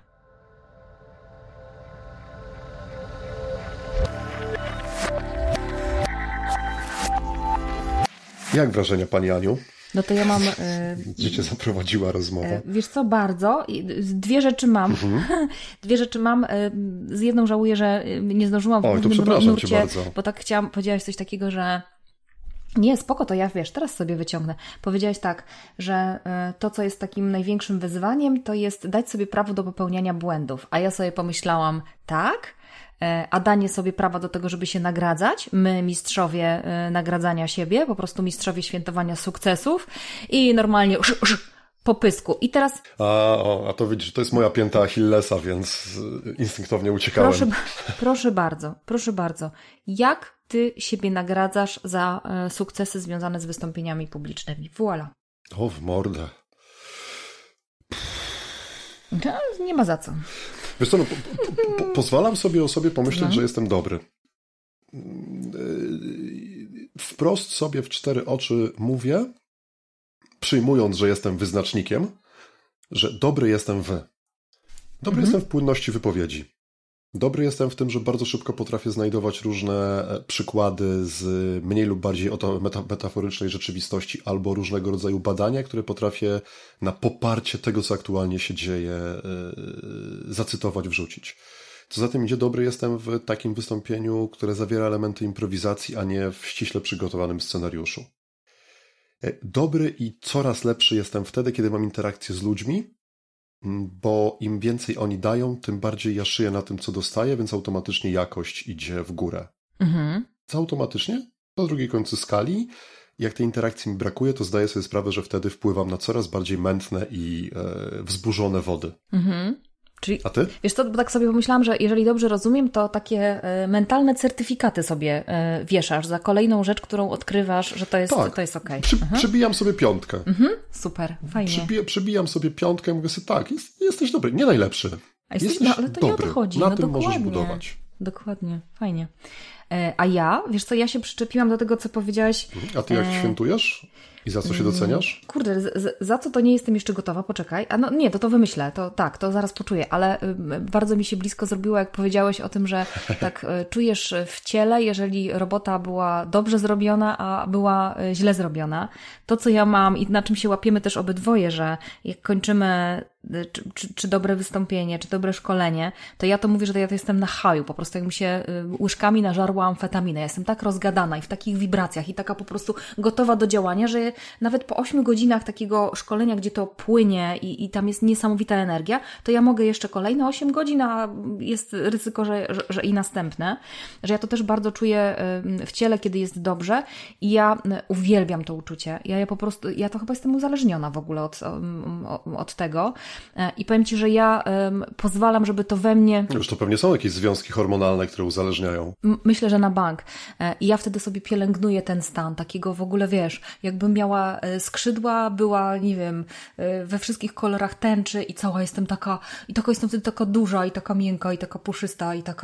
Jak wrażenia, pani Aniu? No to ja mam... Gdzie cię zaprowadziła rozmowa? Wiesz co, bardzo. 2 rzeczy mam. 2 rzeczy mam. Z jedną żałuję, że nie zdążyłam w głównym nurcie, cię bardzo. Bo tak powiedziałaś coś takiego, że nie, spoko, to ja teraz sobie wyciągnę. Powiedziałaś tak, że to, co jest takim największym wyzwaniem, to jest dać sobie prawo do popełniania błędów. A ja sobie pomyślałam, tak, a danie sobie prawa do tego, żeby się nagradzać. My, mistrzowie nagradzania siebie, po prostu mistrzowie świętowania sukcesów i normalnie po pysku. I teraz... A to widzisz, to jest moja pięta Achillesa, więc instynktownie uciekałem. Proszę bardzo. Jak ty siebie nagradzasz za sukcesy związane z wystąpieniami publicznymi? Voilà. O, w mordę. No, nie ma za co. Wiesz co, pozwalam sobie o sobie pomyśleć, że jestem dobry. Wprost sobie w 4 oczy mówię, przyjmując, że jestem wyznacznikiem, że dobry jestem Dobry jestem w płynności wypowiedzi. Dobry jestem w tym, że bardzo szybko potrafię znajdować różne przykłady z mniej lub bardziej metaforycznej rzeczywistości albo różnego rodzaju badania, które potrafię na poparcie tego, co aktualnie się dzieje, zacytować, wrzucić. Co za tym idzie, dobry jestem w takim wystąpieniu, które zawiera elementy improwizacji, a nie w ściśle przygotowanym scenariuszu. Dobry i coraz lepszy jestem wtedy, kiedy mam interakcję z ludźmi, bo im więcej oni dają, tym bardziej ja szyję na tym, co dostaję, więc automatycznie jakość idzie w górę. Co automatycznie? Po drugiej końcu skali, jak tej interakcji mi brakuje, to zdaję sobie sprawę, że wtedy wpływam na coraz bardziej mętne i wzburzone wody. Czyli, a ty? Wiesz co, bo tak sobie pomyślałam, że jeżeli dobrze rozumiem, to takie mentalne certyfikaty sobie wieszasz za kolejną rzecz, którą odkrywasz, że to jest, tak. To jest okej. Przybijam sobie 5. Super, fajnie. Przybijam sobie 5 i mówię sobie, tak, jesteś dobry, nie najlepszy. Jesteś ale to dobry, nie o to chodzi. na tym dokładnie. możesz budować. Dokładnie, fajnie. A ja, wiesz co, ja się przyczepiłam do tego, co powiedziałaś. A ty jak świętujesz? I za co się doceniasz? Kurde, za co to nie jestem jeszcze gotowa, poczekaj. A no nie, to wymyślę, to zaraz poczuję, ale bardzo mi się blisko zrobiło, jak powiedziałeś o tym, że tak czujesz w ciele, jeżeli robota była dobrze zrobiona, a była źle zrobiona. To, co ja mam i na czym się łapiemy też obydwoje, że jak kończymy czy dobre wystąpienie, czy dobre szkolenie, to ja to mówię, że ja to jestem na haju, po prostu jak mi się łyżkami nażarła amfetaminę. Ja jestem tak rozgadana i w takich wibracjach i taka po prostu gotowa do działania, że nawet po 8 godzinach takiego szkolenia, gdzie to płynie i tam jest niesamowita energia, to ja mogę jeszcze kolejne 8 godzin, a jest ryzyko, że i następne. Że ja to też bardzo czuję w ciele, kiedy jest dobrze i ja uwielbiam to uczucie. Ja to chyba jestem uzależniona w ogóle od tego. I powiem Ci, że ja pozwalam, żeby to we mnie... Już to pewnie są jakieś związki hormonalne, które uzależniają. Myślę, że na bank. I ja wtedy sobie pielęgnuję ten stan, takiego w ogóle, wiesz, jakbym miała skrzydła, była, nie wiem, we wszystkich kolorach tęczy i cała jestem taka, jestem wtedy taka duża i taka miękka i taka puszysta i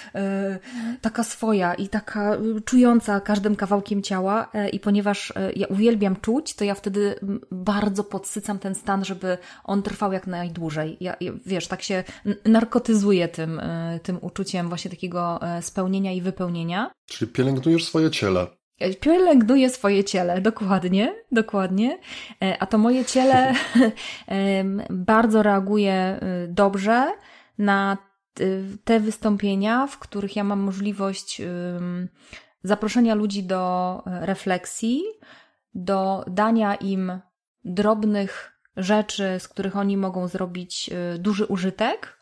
taka swoja i taka czująca każdym kawałkiem ciała i ponieważ ja uwielbiam czuć, to ja wtedy bardzo podsycam ten stan, żeby on trwał jak najdłużej. Ja wiesz, tak się narkotyzuję tym uczuciem właśnie takiego spełnienia i wypełnienia. Czyli pielęgnujesz swoje ciele. Pielęgnuję swoje ciele, dokładnie. A to moje ciele bardzo reaguje dobrze na te wystąpienia, w których ja mam możliwość zaproszenia ludzi do refleksji, do dania im drobnych rzeczy, z których oni mogą zrobić duży użytek,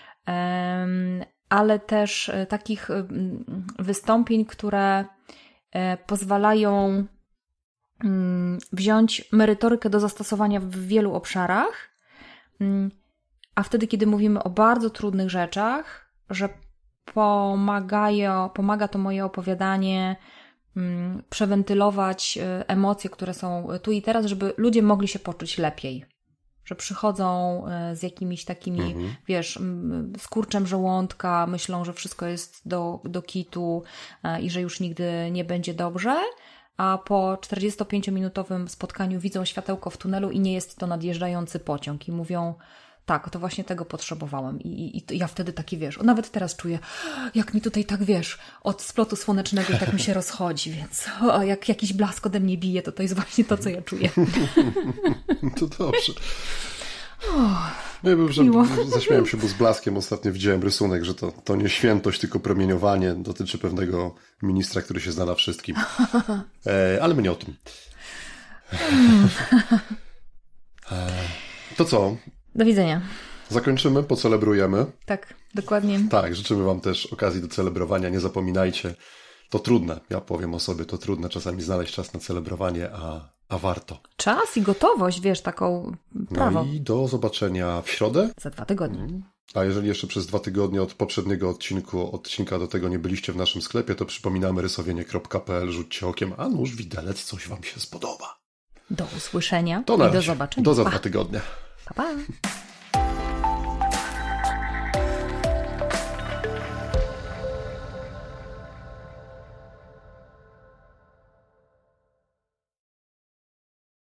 ale też takich wystąpień, które pozwalają wziąć merytorykę do zastosowania w wielu obszarach, a wtedy, kiedy mówimy o bardzo trudnych rzeczach, że pomaga to moje opowiadanie przewentylować emocje, które są tu i teraz, żeby ludzie mogli się poczuć lepiej. Że przychodzą z jakimiś takimi, skurczem żołądka, myślą, że wszystko jest do kitu i że już nigdy nie będzie dobrze, a po 45-minutowym spotkaniu widzą światełko w tunelu i nie jest to nadjeżdżający pociąg i mówią: tak, to właśnie tego potrzebowałem. I ja wtedy taki, nawet teraz czuję, jak mi tutaj tak, od splotu słonecznego tak mi się rozchodzi, więc jak jakiś blask ode mnie bije, to jest właśnie to, co ja czuję. To dobrze. Zaśmiałem się, bo z blaskiem ostatnio widziałem rysunek, że to nie świętość, tylko promieniowanie. Dotyczy pewnego ministra, który się zna na wszystkim. Ale my nie o tym. To co? Do widzenia. Zakończymy, pocelebrujemy. Tak, dokładnie. Tak, życzymy Wam też okazji do celebrowania. Nie zapominajcie, to trudne. Ja powiem o sobie, to trudne czasami znaleźć czas na celebrowanie, a warto. Czas i gotowość, taką prawo. No i do zobaczenia w środę. Za 2 tygodnie. A jeżeli jeszcze przez 2 tygodnie od poprzedniego odcinka do tego nie byliście w naszym sklepie, to przypominamy rysowienie.pl, rzućcie okiem, a nuż widelec, coś Wam się spodoba. Do usłyszenia i do zobaczenia. Do za 2 tygodnie. Pa, pa.